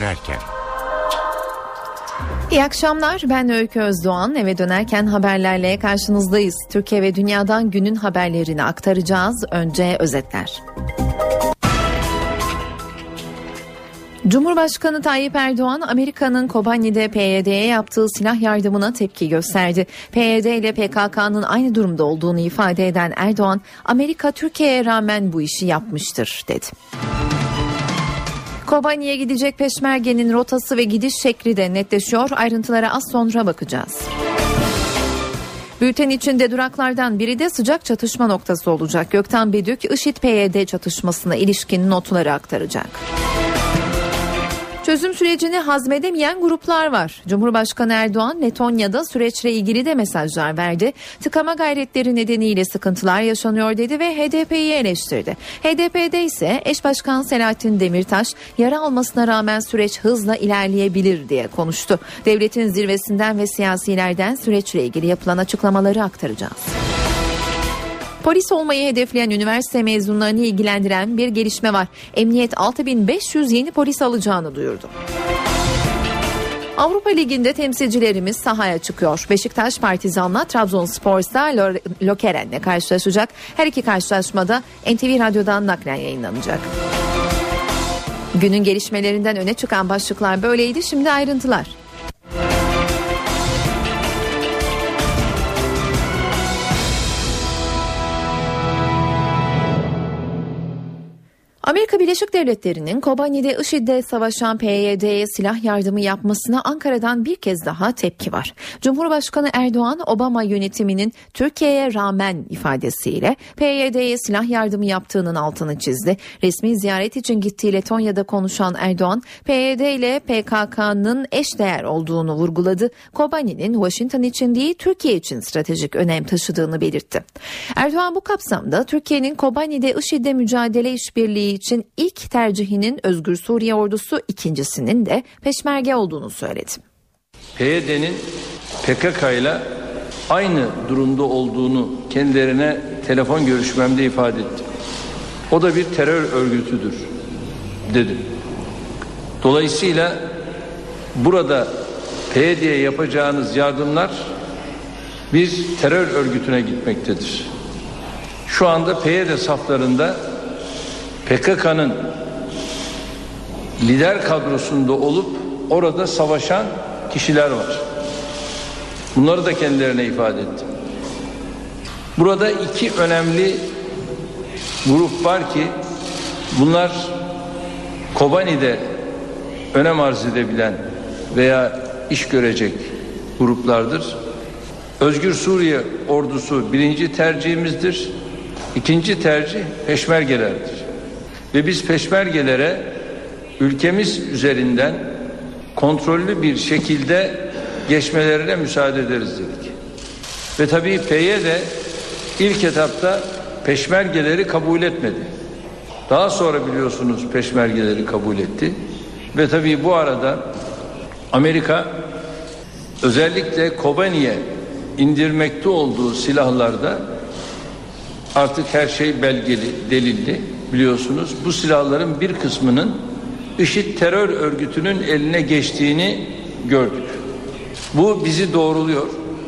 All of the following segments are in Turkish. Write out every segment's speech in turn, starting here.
dönerken. İyi akşamlar, ben Öykü Özdoğan. Eve dönerken haberlerle karşınızdayız. Türkiye ve dünyadan günün haberlerini aktaracağız. Önce özetler. Cumhurbaşkanı Tayyip Erdoğan, Amerika'nın Kobani'de PYD'ye yaptığı silah yardımına tepki gösterdi. PYD ile PKK'nın aynı durumda olduğunu ifade eden Erdoğan, Amerika Türkiye'ye rağmen bu işi yapmıştır dedi. Kobani'ye gidecek peşmergenin rotası ve gidiş şekli de netleşiyor. Ayrıntılara az sonra bakacağız. Bülten içinde duraklardan biri de sıcak çatışma noktası olacak. Gökten Bedük, IŞİD-PYD çatışmasına ilişkin notları aktaracak. Çözüm sürecini hazmedemeyen gruplar var. Cumhurbaşkanı Erdoğan, Letonya'da süreçle ilgili de mesajlar verdi. Tıkama gayretleri nedeniyle sıkıntılar yaşanıyor dedi ve HDP'yi eleştirdi. HDP'de ise eş başkan Selahattin Demirtaş, yara almasına rağmen süreç hızla ilerleyebilir diye konuştu. Devletin zirvesinden ve siyasilerden süreçle ilgili yapılan açıklamaları aktaracağız. Polis olmayı hedefleyen üniversite mezunlarını ilgilendiren bir gelişme var. Emniyet 6500 yeni polis alacağını duyurdu. Avrupa Ligi'nde temsilcilerimiz sahaya çıkıyor. Beşiktaş Partizan'la Trabzonspor'da Lokeren'le karşılaşacak. Her iki karşılaşmada NTV Radyo'dan naklen yayınlanacak. Günün gelişmelerinden öne çıkan başlıklar böyleydi. Şimdi ayrıntılar. Amerika Birleşik Devletleri'nin Kobani'de IŞİD'le savaşan PYD'ye silah yardımı yapmasına Ankara'dan bir kez daha tepki var. Cumhurbaşkanı Erdoğan, Obama yönetiminin Türkiye'ye rağmen ifadesiyle PYD'ye silah yardımı yaptığının altını çizdi. Resmi ziyaret için gittiği Letonya'da konuşan Erdoğan, PYD ile PKK'nın eşdeğer olduğunu vurguladı. Kobani'nin Washington için değil, Türkiye için stratejik önem taşıdığını belirtti. Erdoğan bu kapsamda Türkiye'nin Kobani'de IŞİD'le mücadele işbirliği için ilk tercihinin Özgür Suriye Ordusu, ikincisinin de Peşmerge olduğunu söyledi. PYD'nin PKK ile aynı durumda olduğunu kendilerine telefon görüşmemde ifade ettim. O da bir terör örgütüdür dedim. Dolayısıyla burada PYD'ye yapacağınız yardımlar bir terör örgütüne gitmektedir. Şu anda PYD saflarında PKK'nın lider kadrosunda olup orada savaşan kişiler var. Bunları da kendilerine ifade ettim. Burada iki önemli grup var ki bunlar Kobani'de önem arz edebilen veya iş görecek gruplardır. Özgür Suriye Ordusu birinci tercihimizdir. İkinci tercih peşmergelerdir. Ve biz peşmergelere ülkemiz üzerinden kontrollü bir şekilde geçmelerine müsaade ederiz dedik. Ve tabii PYD ilk etapta peşmergeleri kabul etmedi. Daha sonra biliyorsunuz peşmergeleri kabul etti. Ve tabii bu arada Amerika özellikle Kobani'ye indirmekte olduğu silahlarda artık her şey belgeli, delilli. Biliyorsunuz bu silahların bir kısmının IŞİD terör örgütünün eline geçtiğini gördük. Bu bizi doğruluyor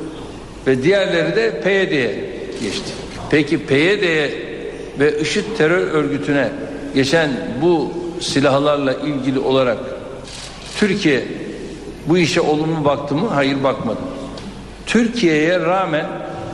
ve diğerleri de PYD'ye geçti. Peki PYD'ye ve IŞİD terör örgütüne geçen bu silahlarla ilgili olarak Türkiye bu işe olumlu baktı mı? Hayır, bakmadı. Türkiye'ye rağmen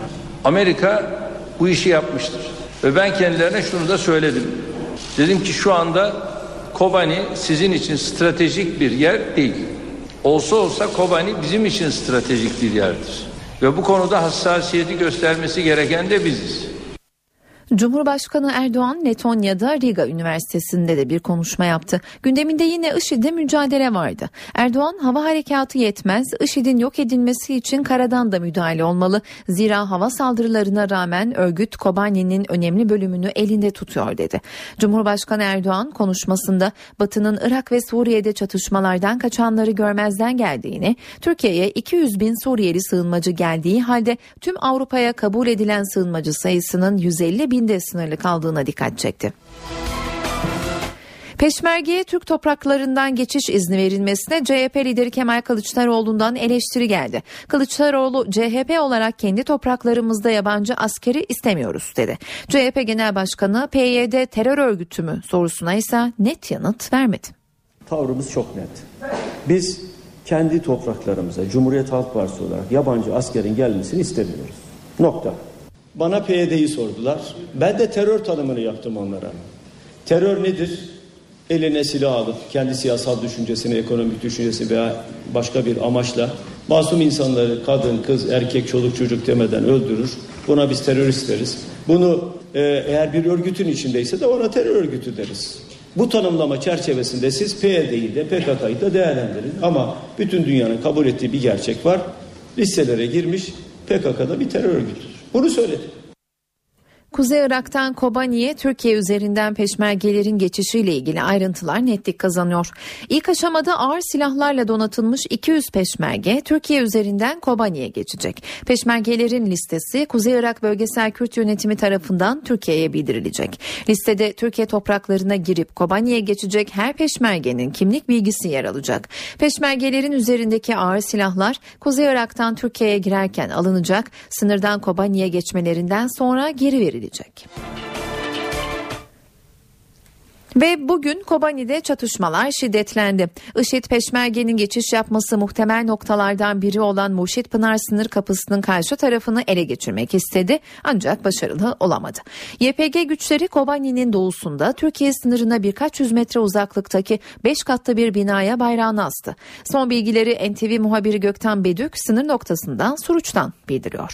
Amerika bu işi yapmıştır. Ve ben kendilerine şunu da söyledim. Dedim ki şu anda Kobani sizin için stratejik bir yer değil. Olsa olsa Kobani bizim için stratejik bir yerdir. Ve bu konuda hassasiyeti göstermesi gereken de biziz. Cumhurbaşkanı Erdoğan, Letonya'da Riga Üniversitesi'nde de bir konuşma yaptı. Gündeminde yine IŞİD'le mücadele vardı. Erdoğan, hava harekatı yetmez, IŞİD'in yok edilmesi için karadan da müdahale olmalı. Zira hava saldırılarına rağmen örgüt Kobani'nin önemli bölümünü elinde tutuyor dedi. Cumhurbaşkanı Erdoğan konuşmasında Batı'nın Irak ve Suriye'de çatışmalardan kaçanları görmezden geldiğini, Türkiye'ye 200 bin Suriyeli sığınmacı geldiği halde tüm Avrupa'ya kabul edilen sığınmacı sayısının 150 binde sınırlı kaldığına dikkat çekti. Peşmergeye Türk topraklarından geçiş izni verilmesine CHP lideri Kemal Kılıçdaroğlu'ndan eleştiri geldi. Kılıçdaroğlu, CHP olarak kendi topraklarımızda yabancı askeri istemiyoruz dedi. CHP Genel Başkanı PYD terör örgütü mü sorusuna ise net yanıt vermedi. Tavrımız çok net. Biz kendi topraklarımıza Cumhuriyet Halk Partisi olarak yabancı askerin gelmesini istemiyoruz. Nokta. Bana PYD'yi sordular. Ben de terör tanımını yaptım onlara. Terör nedir? Eline silah alıp kendi siyasal düşüncesini, ekonomik düşüncesi veya başka bir amaçla masum insanları kadın, kız, erkek, çoluk, çocuk demeden öldürür. Buna biz terörist deriz. Bunu eğer bir örgütün içindeyse de ona terör örgütü deriz. Bu tanımlama çerçevesinde siz PYD'yi de PKK'yı da değerlendirin. Ama bütün dünyanın kabul ettiği bir gerçek var. Listelere girmiş, PKK'da bir terör örgütüdür. Bunu söyledim. Kuzey Irak'tan Kobani'ye Türkiye üzerinden peşmergelerin geçişiyle ilgili ayrıntılar netlik kazanıyor. İlk aşamada ağır silahlarla donatılmış 200 peşmerge Türkiye üzerinden Kobani'ye geçecek. Peşmergelerin listesi Kuzey Irak Bölgesel Kürt Yönetimi tarafından Türkiye'ye bildirilecek. Listede Türkiye topraklarına girip Kobani'ye geçecek her peşmergenin kimlik bilgisi yer alacak. Peşmergelerin üzerindeki ağır silahlar Kuzey Irak'tan Türkiye'ye girerken alınacak, sınırdan Kobani'ye geçmelerinden sonra geri verilecek. Ve bugün Kobani'de çatışmalar şiddetlendi. IŞİD peşmergenin geçiş yapması muhtemel noktalardan biri olan Murşitpınar sınır kapısının karşı tarafını ele geçirmek istedi ancak başarılı olamadı. YPG güçleri Kobani'nin doğusunda Türkiye sınırına birkaç yüz metre uzaklıktaki 5 katlı bir binaya bayrağını astı. Son bilgileri NTV muhabiri Gökten Bedük sınır noktasından Suruç'tan bildiriyor.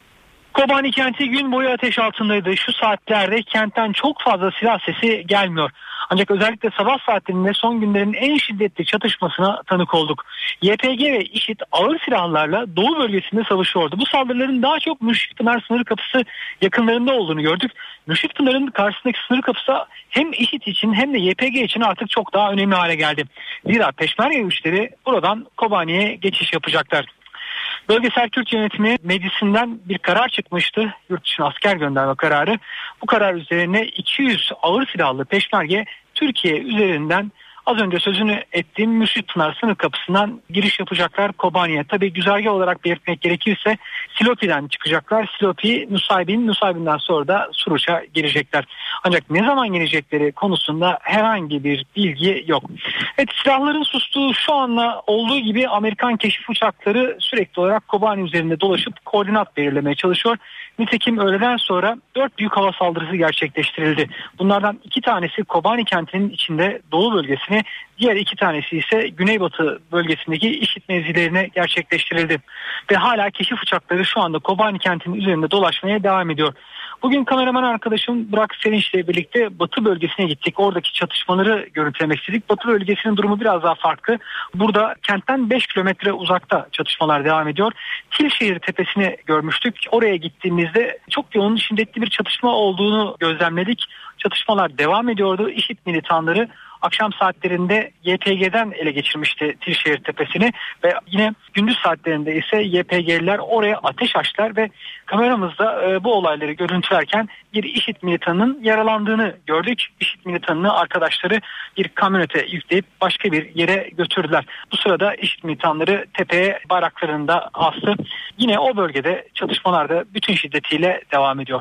Kobani kenti gün boyu ateş altındaydı. Şu saatlerde kentten çok fazla silah sesi gelmiyor. Ancak özellikle sabah saatlerinde son günlerin en şiddetli çatışmasına tanık olduk. YPG ve IŞİD ağır silahlarla Doğu bölgesinde savaşıyordu. Bu saldırıların daha çok Mürşitpınar sınır kapısı yakınlarında olduğunu gördük. Mürşitpınar'ın karşısındaki sınır kapısı hem IŞİD için hem de YPG için artık çok daha önemli hale geldi. Zira peşmerge güçleri buradan Kobani'ye geçiş yapacaklar. Bölgesel Kürt Yönetimi meclisinden bir karar çıkmıştı. Yurt dışına asker gönderme kararı. Bu karar üzerine 200 ağır silahlı peşmerge Türkiye üzerinden az önce sözünü ettiğim Mürşitpınar sınır kapısından giriş yapacaklar Kobani'ye. Tabii güzergah olarak belirtmek gerekirse Silopi'den çıkacaklar. Silopi, Nusaybin'den sonra da Suruç'a gelecekler. Ancak ne zaman gelecekleri konusunda herhangi bir bilgi yok. Evet, silahların sustuğu şu anda olduğu gibi Amerikan keşif uçakları sürekli olarak Kobani üzerinde dolaşıp koordinat belirlemeye çalışıyor. Nitekim öğleden sonra 4 büyük hava saldırısı gerçekleştirildi. Bunlardan 2 tanesi Kobani kentinin içinde Doğu bölgesine, diğer 2 tanesi ise Güneybatı bölgesindeki IŞİD mevzilerine gerçekleştirildi. Ve hala keşif uçakları şu anda Kobani kentinin üzerinde dolaşmaya devam ediyor. Bugün kameraman arkadaşım Burak Sevinç'le birlikte Batı bölgesine gittik. Oradaki çatışmaları görüntülemek istedik. Batı bölgesinin durumu biraz daha farklı. Burada kentten 5 kilometre uzakta çatışmalar devam ediyor. Tilşehir tepesini görmüştük. Oraya gittiğimizde çok yoğun şiddetli bir çatışma olduğunu gözlemledik. Çatışmalar devam ediyordu. IŞİD militanları akşam saatlerinde YPG'den ele geçirmişti Tilşehir tepesini ve yine gündüz saatlerinde ise YPG'liler oraya ateş açtılar ve kameramızda bu olayları görüntülerken bir IŞİD militanının yaralandığını gördük. IŞİD militanını arkadaşları bir kamyonete yükleyip başka bir yere götürdüler. Bu sırada IŞİD militanları tepeye bayraklarında astı. Yine o bölgede çatışmalar da bütün şiddetiyle devam ediyor.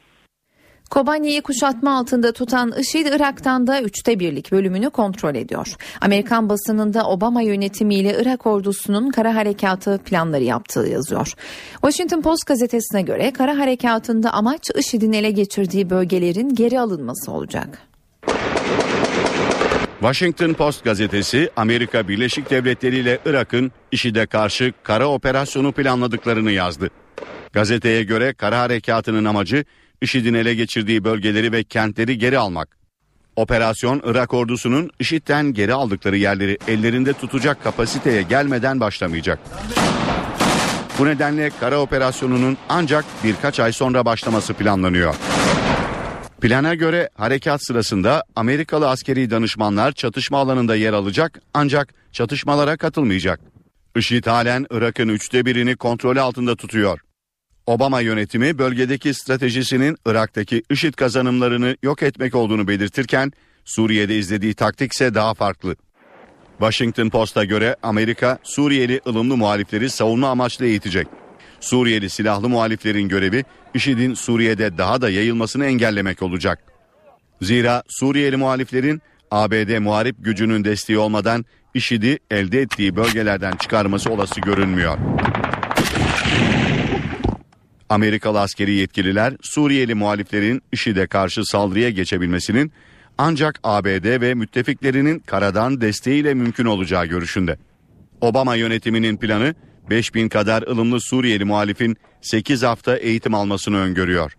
Kobani'yi kuşatma altında tutan IŞİD, Irak'tan da 1/3 bölümünü kontrol ediyor. Amerikan basınında Obama yönetimiyle Irak ordusunun kara harekatı planları yaptığı yazıyor. Washington Post gazetesine göre kara harekatında amaç IŞİD'in ele geçirdiği bölgelerin geri alınması olacak. Washington Post gazetesi Amerika Birleşik Devletleri ile Irak'ın IŞİD'e karşı kara operasyonu planladıklarını yazdı. Gazeteye göre kara harekatının amacı IŞİD'in ele geçirdiği bölgeleri ve kentleri geri almak. Operasyon Irak ordusunun IŞİD'den geri aldıkları yerleri ellerinde tutacak kapasiteye gelmeden başlamayacak. Bu nedenle kara operasyonunun ancak birkaç ay sonra başlaması planlanıyor. Plana göre harekat sırasında Amerikalı askeri danışmanlar çatışma alanında yer alacak ancak çatışmalara katılmayacak. IŞİD halen Irak'ın 1/3'ünü kontrol altında tutuyor. Obama yönetimi bölgedeki stratejisinin Irak'taki IŞİD kazanımlarını yok etmek olduğunu belirtirken Suriye'de izlediği taktik ise daha farklı. Washington Post'a göre Amerika Suriyeli ılımlı muhalifleri savunma amaçlı eğitecek. Suriyeli silahlı muhaliflerin görevi IŞİD'in Suriye'de daha da yayılmasını engellemek olacak. Zira Suriyeli muhaliflerin ABD muharip gücünün desteği olmadan IŞİD'i elde ettiği bölgelerden çıkarması olası görünmüyor. Amerikalı askeri yetkililer Suriyeli muhaliflerin IŞİD'e karşı saldırıya geçebilmesinin ancak ABD ve müttefiklerinin karadan desteğiyle mümkün olacağı görüşünde. Obama yönetiminin planı 5000 kadar ılımlı Suriyeli muhalifin 8 hafta eğitim almasını öngörüyor.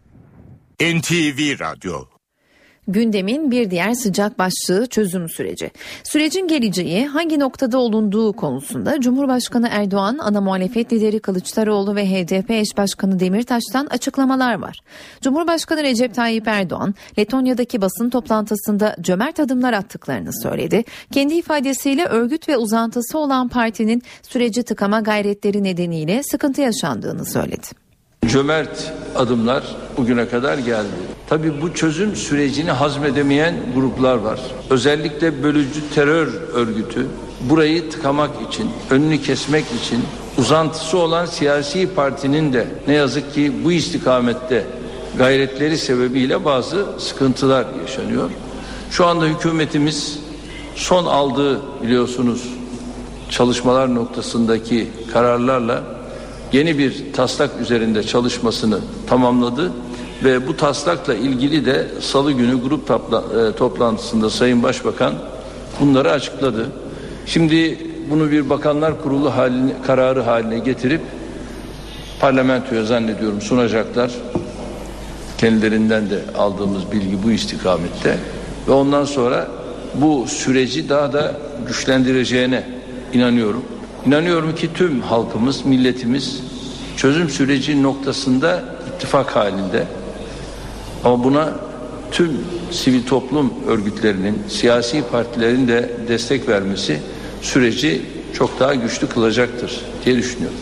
NTV Radyo. Gündemin bir diğer sıcak başlığı çözüm süreci. Sürecin geleceği hangi noktada olunduğu konusunda Cumhurbaşkanı Erdoğan, ana muhalefet lideri Kılıçdaroğlu ve HDP eş başkanı Demirtaş'tan açıklamalar var. Cumhurbaşkanı Recep Tayyip Erdoğan, Letonya'daki basın toplantısında cömert adımlar attıklarını söyledi. Kendi ifadesiyle örgüt ve uzantısı olan partinin süreci tıkama gayretleri nedeniyle sıkıntı yaşandığını söyledi. Cömert adımlar bugüne kadar geldi. Tabii bu çözüm sürecini hazmedemeyen gruplar var. Özellikle bölücü terör örgütü burayı tıkamak için, önünü kesmek için uzantısı olan siyasi partinin de ne yazık ki bu istikamette gayretleri sebebiyle bazı sıkıntılar yaşanıyor. Şu anda hükümetimiz son aldığı biliyorsunuz çalışmalar noktasındaki kararlarla yeni bir taslak üzerinde çalışmasını tamamladı ve bu taslakla ilgili de Salı günü grup toplantısında Sayın Başbakan bunları açıkladı. Şimdi bunu bir Bakanlar Kurulu kararı haline getirip parlamentoya zannediyorum sunacaklar. Kendilerinden de aldığımız bilgi bu istikamette ve ondan sonra bu süreci daha da güçlendireceğine inanıyorum. İnanıyorum ki tüm halkımız, milletimiz çözüm süreci noktasında ittifak halinde. Ama buna tüm sivil toplum örgütlerinin, siyasi partilerin de destek vermesi süreci çok daha güçlü kılacaktır diye düşünüyorum.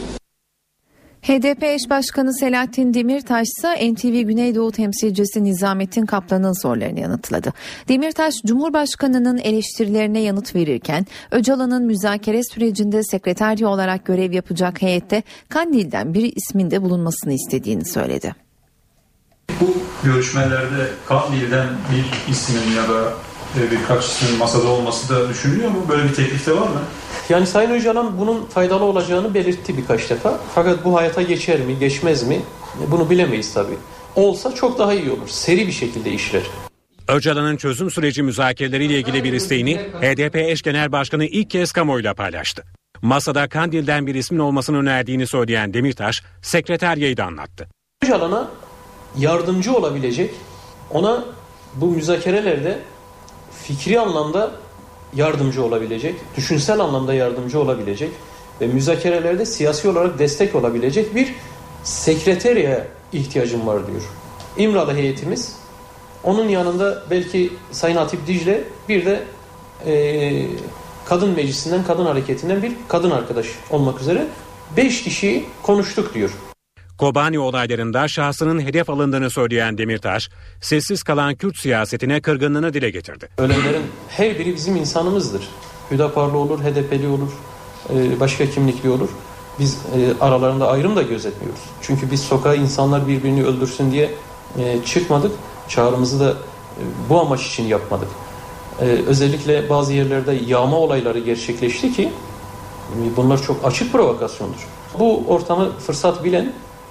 HDP eş başkanı Selahattin Demirtaş ise NTV Güneydoğu temsilcisi Nizamettin Kaplan'ın sorularını yanıtladı. Demirtaş, Cumhurbaşkanı'nın eleştirilerine yanıt verirken Öcalan'ın müzakere sürecinde sekreterya olarak görev yapacak heyette Kandil'den bir ismin de bulunmasını istediğini söyledi. Bu görüşmelerde Kandil'den bir ismin ya da birkaç ismin masada olması da düşünülüyor mu? Böyle bir teklif de var mı? Yani Sayın Öcalan bunun faydalı olacağını belirtti birkaç defa. Fakat bu hayata geçer mi, geçmez mi? Bunu bilemeyiz tabii. Olsa çok daha iyi olur. Seri bir şekilde işler. Öcalan'ın çözüm süreci müzakereleriyle ilgili bir isteğini HDP eş genel başkanı ilk kez kamuoyuyla paylaştı. Masada Kandil'den bir ismin olmasını önerdiğini söyleyen Demirtaş, sekreteryayı da anlattı. Öcalan'a yardımcı olabilecek, ona bu müzakerelerde fikri anlamda yardımcı olabilecek, düşünsel anlamda yardımcı olabilecek ve müzakerelerde siyasi olarak destek olabilecek bir sekreteriye ihtiyacım var diyor. İmralı heyetimiz, onun yanında belki Sayın Hatip Dicle, bir de kadın meclisinden, kadın hareketinden bir kadın arkadaş olmak üzere 5 kişiyi konuştuk diyor. Kobani olaylarında şahsının hedef alındığını söyleyen Demirtaş, sessiz kalan Kürt siyasetine kırgınlığını dile getirdi. Ölenlerin her biri bizim insanımızdır. Hüdaparlı olur, HDP'li olur, başka kimlikli olur. Biz aralarında ayrım da gözetmiyoruz. Çünkü biz sokağa insanlar birbirini öldürsün diye çıkmadık. Çağrımızı da bu amaç için yapmadık. Özellikle bazı yerlerde yağma olayları gerçekleşti ki bunlar çok açık provokasyondur. Bu ortamı fırsat bilen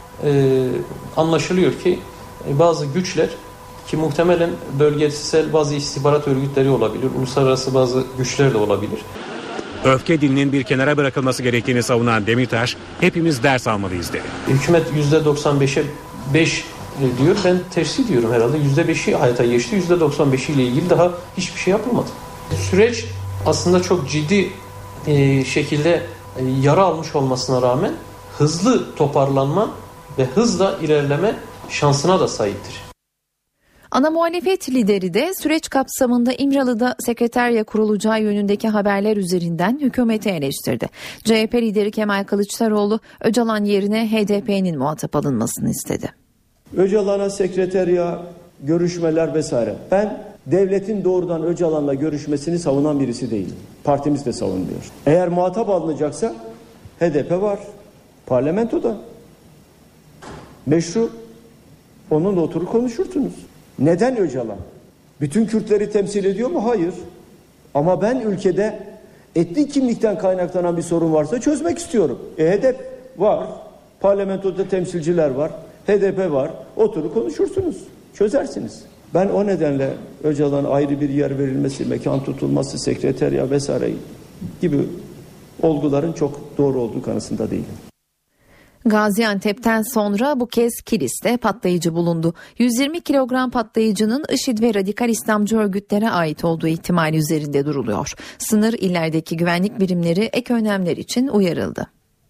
anlaşılıyor ki bazı güçler, ki muhtemelen bölgesel bazı istihbarat örgütleri olabilir, uluslararası bazı güçler de olabilir. Öfke dilinin bir kenara bırakılması gerektiğini savunan Demirtaş, hepimiz ders almalıyız dedi. Hükümet %95'e 5 diyor, ben tersi diyorum herhalde. %5'i hayata geçti, %95'i ile ilgili daha hiçbir şey yapılmadı. Süreç aslında çok ciddi şekilde yara almış olmasına rağmen hızlı toparlanma ve hızla ilerleme şansına da sahiptir. Ana muhalefet lideri de süreç kapsamında İmralı'da sekreterya kurulacağı yönündeki haberler üzerinden hükümeti eleştirdi. CHP lideri Kemal Kılıçdaroğlu, Öcalan yerine HDP'nin muhatap alınmasını istedi. Öcalan'a sekreterya, görüşmeler vesaire. Ben devletin doğrudan Öcalan'la görüşmesini savunan birisi değilim. Partimiz de savunmuyor. Eğer muhatap alınacaksa HDP var. Parlamentoda. Meşru. Onunla oturup konuşursunuz. Neden Öcalan? Bütün Kürtleri temsil ediyor mu? Hayır. Ama ben ülkede etnik kimlikten kaynaklanan bir sorun varsa çözmek istiyorum. HDP var. Parlamentoda temsilciler var. HDP var. Oturup konuşursunuz. Çözersiniz. Ben o nedenle Öcalan'a ayrı bir yer verilmesi, mekan tutulması, sekreterya vesaire gibi olguların çok doğru olduğu kanısında değilim. Gaziantep'ten sonra bu kez Kilis'te patlayıcı bulundu. 120 kilogram patlayıcının IŞİD ve radikal İslamcı örgütlere ait olduğu ihtimali üzerinde duruluyor. Sınır illerdeki güvenlik birimleri ek önlemler için uyarıldı.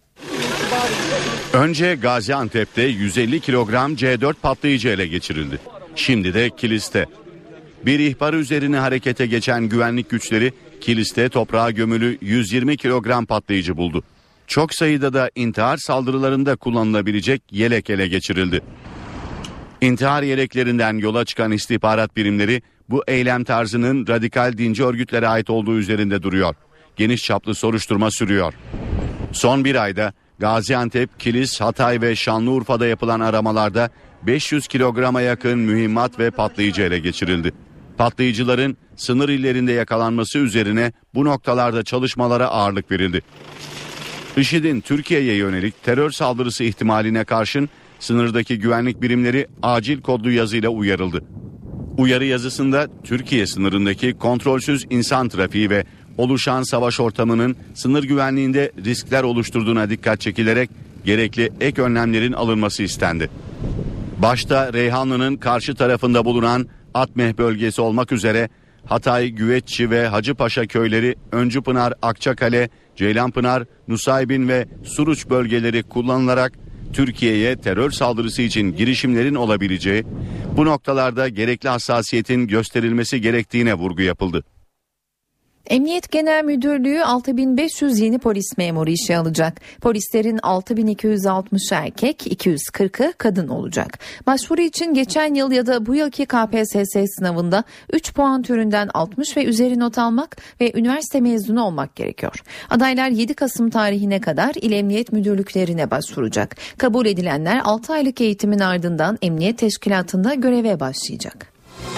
Önce Gaziantep'te 150 kilogram C4 patlayıcı ele geçirildi. Şimdi de Kilis'te. Bir ihbar üzerine harekete geçen güvenlik güçleri Kilis'te toprağa gömülü 120 kilogram patlayıcı buldu. Çok sayıda da intihar saldırılarında kullanılabilecek yelek ele geçirildi. İntihar yeleklerinden yola çıkan istihbarat birimleri bu eylem tarzının radikal dinci örgütlere ait olduğu üzerinde duruyor. Geniş çaplı soruşturma sürüyor. Son bir ayda Gaziantep, Kilis, Hatay ve Şanlıurfa'da yapılan aramalarda 500 kilograma yakın mühimmat ve patlayıcı ele geçirildi. Patlayıcıların sınır illerinde yakalanması üzerine bu noktalarda çalışmalara ağırlık verildi. IŞİD'in Türkiye'ye yönelik terör saldırısı ihtimaline karşın sınırdaki güvenlik birimleri acil kodlu yazıyla uyarıldı. Uyarı yazısında Türkiye sınırındaki kontrolsüz insan trafiği ve oluşan savaş ortamının sınır güvenliğinde riskler oluşturduğuna dikkat çekilerek gerekli ek önlemlerin alınması istendi. Başta Reyhanlı'nın karşı tarafında bulunan Atmeh bölgesi olmak üzere Hatay, Güveççi ve Hacıpaşa köyleri, Öncüpınar, Akçakale, Ceylanpınar, Nusaybin ve Suruç bölgeleri kullanılarak Türkiye'ye terör saldırısı için girişimlerin olabileceği, bu noktalarda gerekli hassasiyetin gösterilmesi gerektiğine vurgu yapıldı. Emniyet Genel Müdürlüğü 6500 yeni polis memuru işe alacak. Polislerin 6260 erkek, 240'ı kadın olacak. Başvuru için geçen yıl ya da bu yılki KPSS sınavında 3 puan türünden 60 ve üzeri not almak ve üniversite mezunu olmak gerekiyor. Adaylar 7 Kasım tarihine kadar il emniyet müdürlüklerine başvuracak. Kabul edilenler 6 aylık eğitimin ardından emniyet teşkilatında göreve başlayacak.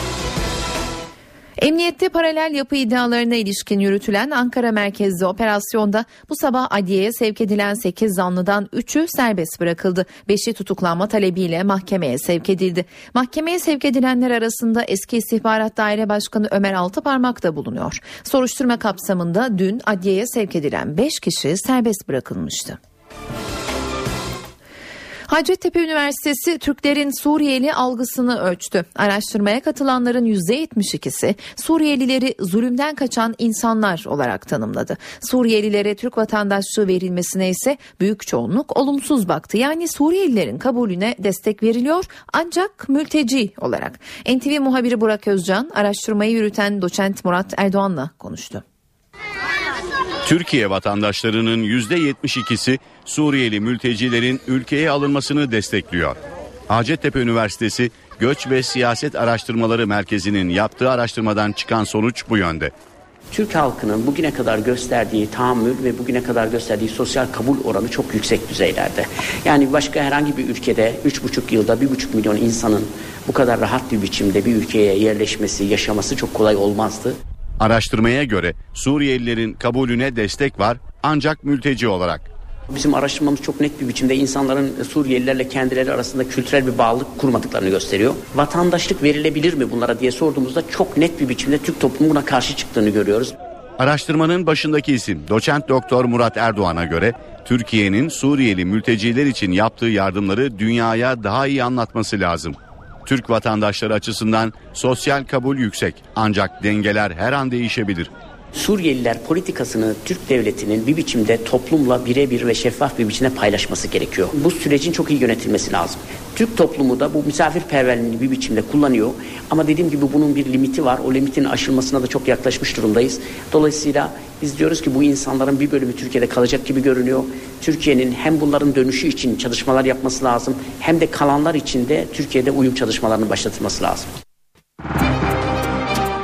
Emniyette paralel yapı iddialarına ilişkin yürütülen Ankara merkezli operasyonda bu sabah adliyeye sevk edilen 8 zanlıdan 3'ü serbest bırakıldı. 5'i tutuklanma talebiyle mahkemeye sevk edildi. Mahkemeye sevk edilenler arasında eski İstihbarat Daire Başkanı Ömer Altıparmak da bulunuyor. Soruşturma kapsamında dün adliyeye sevk edilen 5 kişi serbest bırakılmıştı. Hacettepe Üniversitesi Türklerin Suriyeli algısını ölçtü. Araştırmaya katılanların %72'si Suriyelileri zulümden kaçan insanlar olarak tanımladı. Suriyelilere Türk vatandaşlığı verilmesine ise büyük çoğunluk olumsuz baktı. Yani Suriyelilerin kabulüne destek veriliyor ancak mülteci olarak. NTV muhabiri Burak Özcan araştırmayı yürüten doçent Murat Erdoğan'la konuştu. Türkiye vatandaşlarının %72'si Suriyeli mültecilerin ülkeye alınmasını destekliyor. Hacettepe Üniversitesi Göç ve Siyaset Araştırmaları Merkezi'nin yaptığı araştırmadan çıkan sonuç bu yönde. Türk halkının bugüne kadar gösterdiği tahammül ve bugüne kadar gösterdiği sosyal kabul oranı çok yüksek düzeylerde. Yani başka herhangi bir ülkede 3,5 yılda 1,5 milyon insanın bu kadar rahat bir biçimde bir ülkeye yerleşmesi, yaşaması çok kolay olmazdı. Araştırmaya göre Suriyelilerin kabulüne destek var ancak mülteci olarak. Bizim araştırmamız çok net bir biçimde insanların Suriyelilerle kendileri arasında kültürel bir bağlılık kurmadıklarını gösteriyor. Vatandaşlık verilebilir mi bunlara diye sorduğumuzda çok net bir biçimde Türk toplumu buna karşı çıktığını görüyoruz. Araştırmanın başındaki isim doçent doktor Murat Erdoğan'a göre Türkiye'nin Suriyeli mülteciler için yaptığı yardımları dünyaya daha iyi anlatması lazım. Türk vatandaşları açısından sosyal kabul yüksek ancak dengeler her an değişebilir. Suriyeliler politikasını Türk devletinin bir biçimde toplumla birebir ve şeffaf bir biçimde paylaşması gerekiyor. Bu sürecin çok iyi yönetilmesi lazım. Türk toplumu da bu misafirperverliğini bir biçimde kullanıyor. Ama dediğim gibi bunun bir limiti var. O limitin aşılmasına da çok yaklaşmış durumdayız. Dolayısıyla biz diyoruz ki bu insanların bir bölümü Türkiye'de kalacak gibi görünüyor. Türkiye'nin hem bunların dönüşü için çalışmalar yapması lazım hem de kalanlar için de Türkiye'de uyum çalışmalarının başlatılması lazım.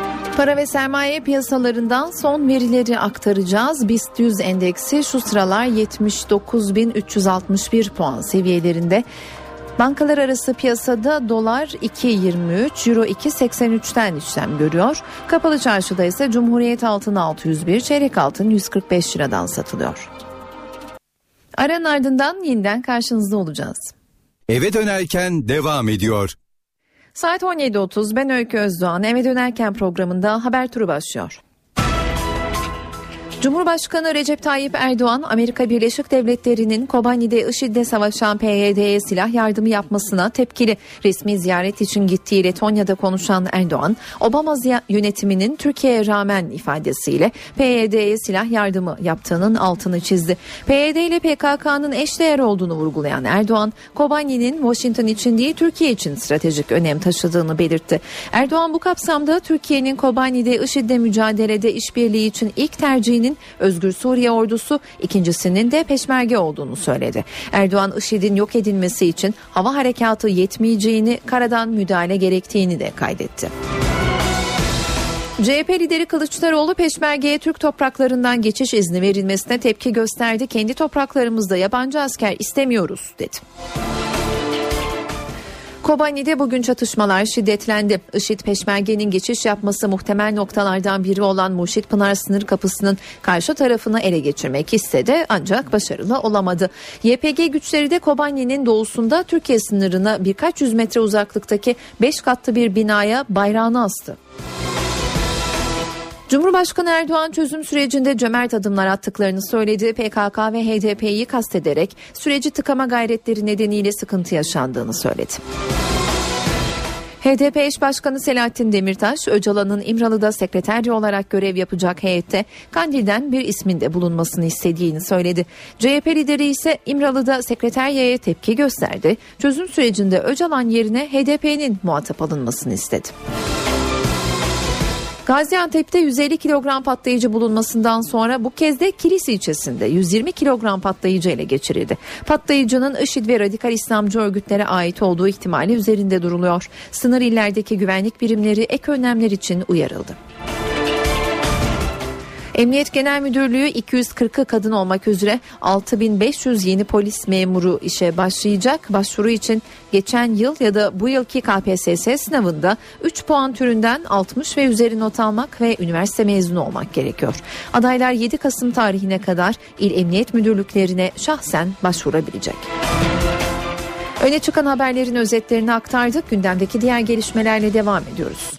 Para ve sermaye piyasalarından son verileri aktaracağız. BIST 100 endeksi şu sıralar 79.361 puan seviyelerinde. Bankalar arası piyasada dolar 2.23, euro 2.83'ten işlem görüyor. Kapalı çarşıda ise Cumhuriyet altın 601, çeyrek altın 145 liradan satılıyor. Aranın ardından yeniden karşınızda olacağız. Eve dönerken devam ediyor. Saat 17.30, ben Öykü Özdoğan. Eve dönerken programında haber turu başlıyor. Cumhurbaşkanı Recep Tayyip Erdoğan, Amerika Birleşik Devletleri'nin Kobani'de IŞİD'le savaşan PYD'ye silah yardımı yapmasına tepkili. Resmi ziyaret için gittiği Letonya'da konuşan Erdoğan, Obama yönetiminin Türkiye'ye rağmen ifadesiyle PYD'ye silah yardımı yaptığının altını çizdi. PYD ile PKK'nın eşdeğer olduğunu vurgulayan Erdoğan, Kobani'nin Washington için değil Türkiye için stratejik önem taşıdığını belirtti. Erdoğan bu kapsamda Türkiye'nin Kobani'de IŞİD'le mücadelede işbirliği için ilk tercihinin Özgür Suriye Ordusu, ikincisinin de Peşmerge olduğunu söyledi. Erdoğan, IŞİD'in yok edilmesi için hava harekatı yetmeyeceğini, karadan müdahale gerektiğini de kaydetti. CHP lideri Kılıçdaroğlu, Peşmerge'ye Türk topraklarından geçiş izni verilmesine tepki gösterdi. Kendi topraklarımızda yabancı asker istemiyoruz dedi. Kobani'de bugün çatışmalar şiddetlendi. IŞİD Peşmerge'nin geçiş yapması muhtemel noktalardan biri olan Murşitpınar sınır kapısının karşı tarafını ele geçirmek istedi ancak başarılı olamadı. YPG güçleri de Kobani'nin doğusunda Türkiye sınırına birkaç yüz metre uzaklıktaki 5 katlı bir binaya bayrağını astı. Cumhurbaşkanı Erdoğan çözüm sürecinde cömert adımlar attıklarını söyledi. PKK ve HDP'yi kastederek süreci tıkama gayretleri nedeniyle sıkıntı yaşandığını söyledi. HDP eş başkanı Selahattin Demirtaş, Öcalan'ın İmralı'da sekreterya olarak görev yapacak heyette Kandil'den bir ismin de bulunmasını istediğini söyledi. CHP lideri ise İmralı'da sekreteryaya tepki gösterdi. Çözüm sürecinde Öcalan yerine HDP'nin muhatap alınmasını istedi. Gaziantep'te 150 kilogram patlayıcı bulunmasından sonra bu kez de Kilis ilçesinde 120 kilogram patlayıcı ele geçirildi. Patlayıcının IŞİD ve radikal İslamcı örgütlere ait olduğu ihtimali üzerinde duruluyor. Sınır illerdeki güvenlik birimleri ek önlemler için uyarıldı. Emniyet Genel Müdürlüğü 240'ı kadın olmak üzere 6500 yeni polis memuru işe başlayacak. Başvuru için geçen yıl ya da bu yılki KPSS sınavında 3 puan türünden 60 ve üzeri not almak ve üniversite mezunu olmak gerekiyor. Adaylar 7 Kasım tarihine kadar il emniyet müdürlüklerine şahsen başvurabilecek. Öne çıkan haberlerin özetlerini aktardık. Gündemdeki diğer gelişmelerle devam ediyoruz.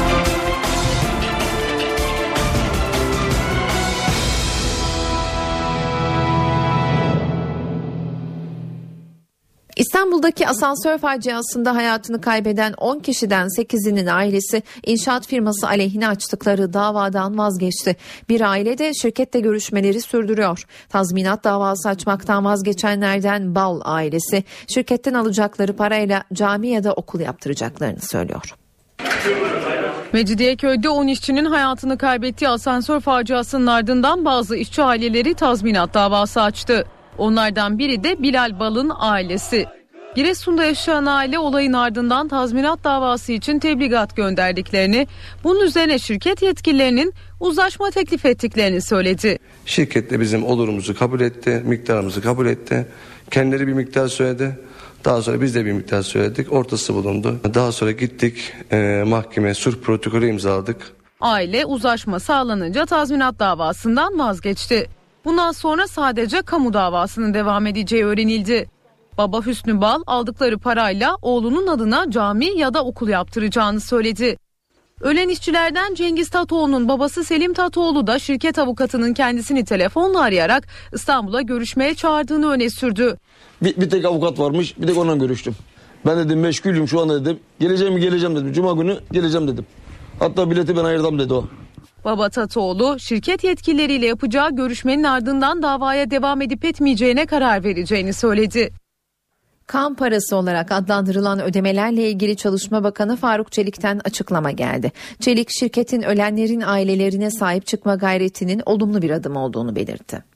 İstanbul'daki asansör faciasında hayatını kaybeden 10 kişiden 8'inin ailesi inşaat firması aleyhine açtıkları davadan vazgeçti. Bir aile de şirketle görüşmeleri sürdürüyor. Tazminat davası açmaktan vazgeçenlerden Bal ailesi şirketten alacakları parayla cami ya da okul yaptıracaklarını söylüyor. Mecidiyeköy'de 10 işçinin hayatını kaybettiği asansör faciasının ardından bazı işçi aileleri tazminat davası açtı. Onlardan biri de Bilal Bal'ın ailesi. Giresun'da yaşayan aile olayın ardından tazminat davası için tebligat gönderdiklerini, bunun üzerine şirket yetkililerinin uzlaşma teklif ettiklerini söyledi. Şirket de bizim olurumuzu kabul etti, miktarımızı kabul etti. Kendileri bir miktar söyledi. Daha sonra biz de bir miktar söyledik. Ortası bulundu. Daha sonra gittik mahkemeye sulh protokolü imzaladık. Aile uzlaşma sağlanınca tazminat davasından vazgeçti. Bundan sonra sadece kamu davasının devam edeceği öğrenildi. Baba Hüsnü Bal aldıkları parayla oğlunun adına cami ya da okul yaptıracağını söyledi. Ölen işçilerden Cengiz Tatoğlu'nun babası Selim Tatoğlu da şirket avukatının kendisini telefonla arayarak İstanbul'a görüşmeye çağırdığını öne sürdü. Bir tek avukat varmış, bir tek onunla görüştüm. Ben dedim meşgulüm şu anda dedim. Geleceğim dedim. Cuma günü geleceğim dedim. Hatta bileti ben ayırdım dedi o. Baba Tatoğlu şirket yetkilileriyle yapacağı görüşmenin ardından davaya devam edip etmeyeceğine karar vereceğini söyledi. Kan parası olarak adlandırılan ödemelerle ilgili Çalışma Bakanı Faruk Çelik'ten açıklama geldi. Çelik, şirketin ölenlerin ailelerine sahip çıkma gayretinin olumlu bir adım olduğunu belirtti.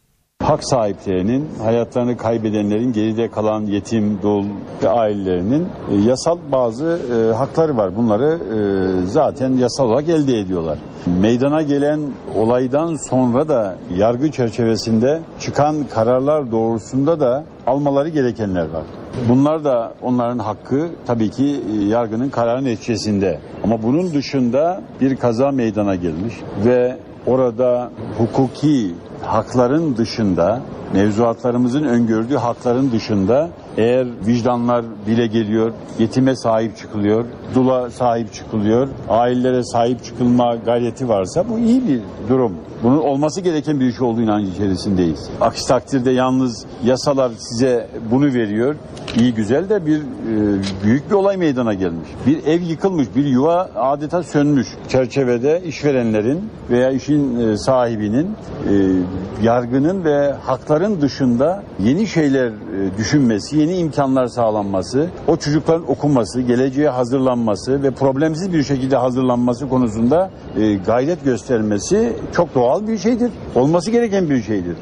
hak sahiplerinin, hayatlarını kaybedenlerin, geride kalan yetim, dul ve ailelerinin yasal bazı hakları var. Bunları zaten yasal olarak elde ediyorlar. Meydana gelen olaydan sonra da yargı çerçevesinde çıkan kararlar doğrusunda da almaları gerekenler var. Bunlar da onların hakkı, tabii ki yargının kararı neticesinde. Ama bunun dışında bir kaza meydana gelmiş ve orada hukuki hakların dışında, mevzuatlarımızın öngördüğü hakların dışında eğer vicdanlar dile geliyor, yetime sahip çıkılıyor, dula sahip çıkılıyor, ailelere sahip çıkılma gayreti varsa bu iyi bir durum. Bunun olması gereken bir şey olduğu inancı içerisindeyiz. Aksi takdirde yalnız yasalar size bunu veriyor. İyi güzel de bir büyük bir olay meydana gelmiş. Bir ev yıkılmış, bir yuva adeta sönmüş. Çerçevede işverenlerin veya işin sahibinin yargının ve hakların dışında yeni şeyler düşünmesi, yeni imkanlar sağlanması, o çocukların okunması, geleceğe hazırlanması ve problemsiz bir şekilde hazırlanması konusunda gayret göstermesi çok doğal bir şeydir. Olması gereken bir şeydir.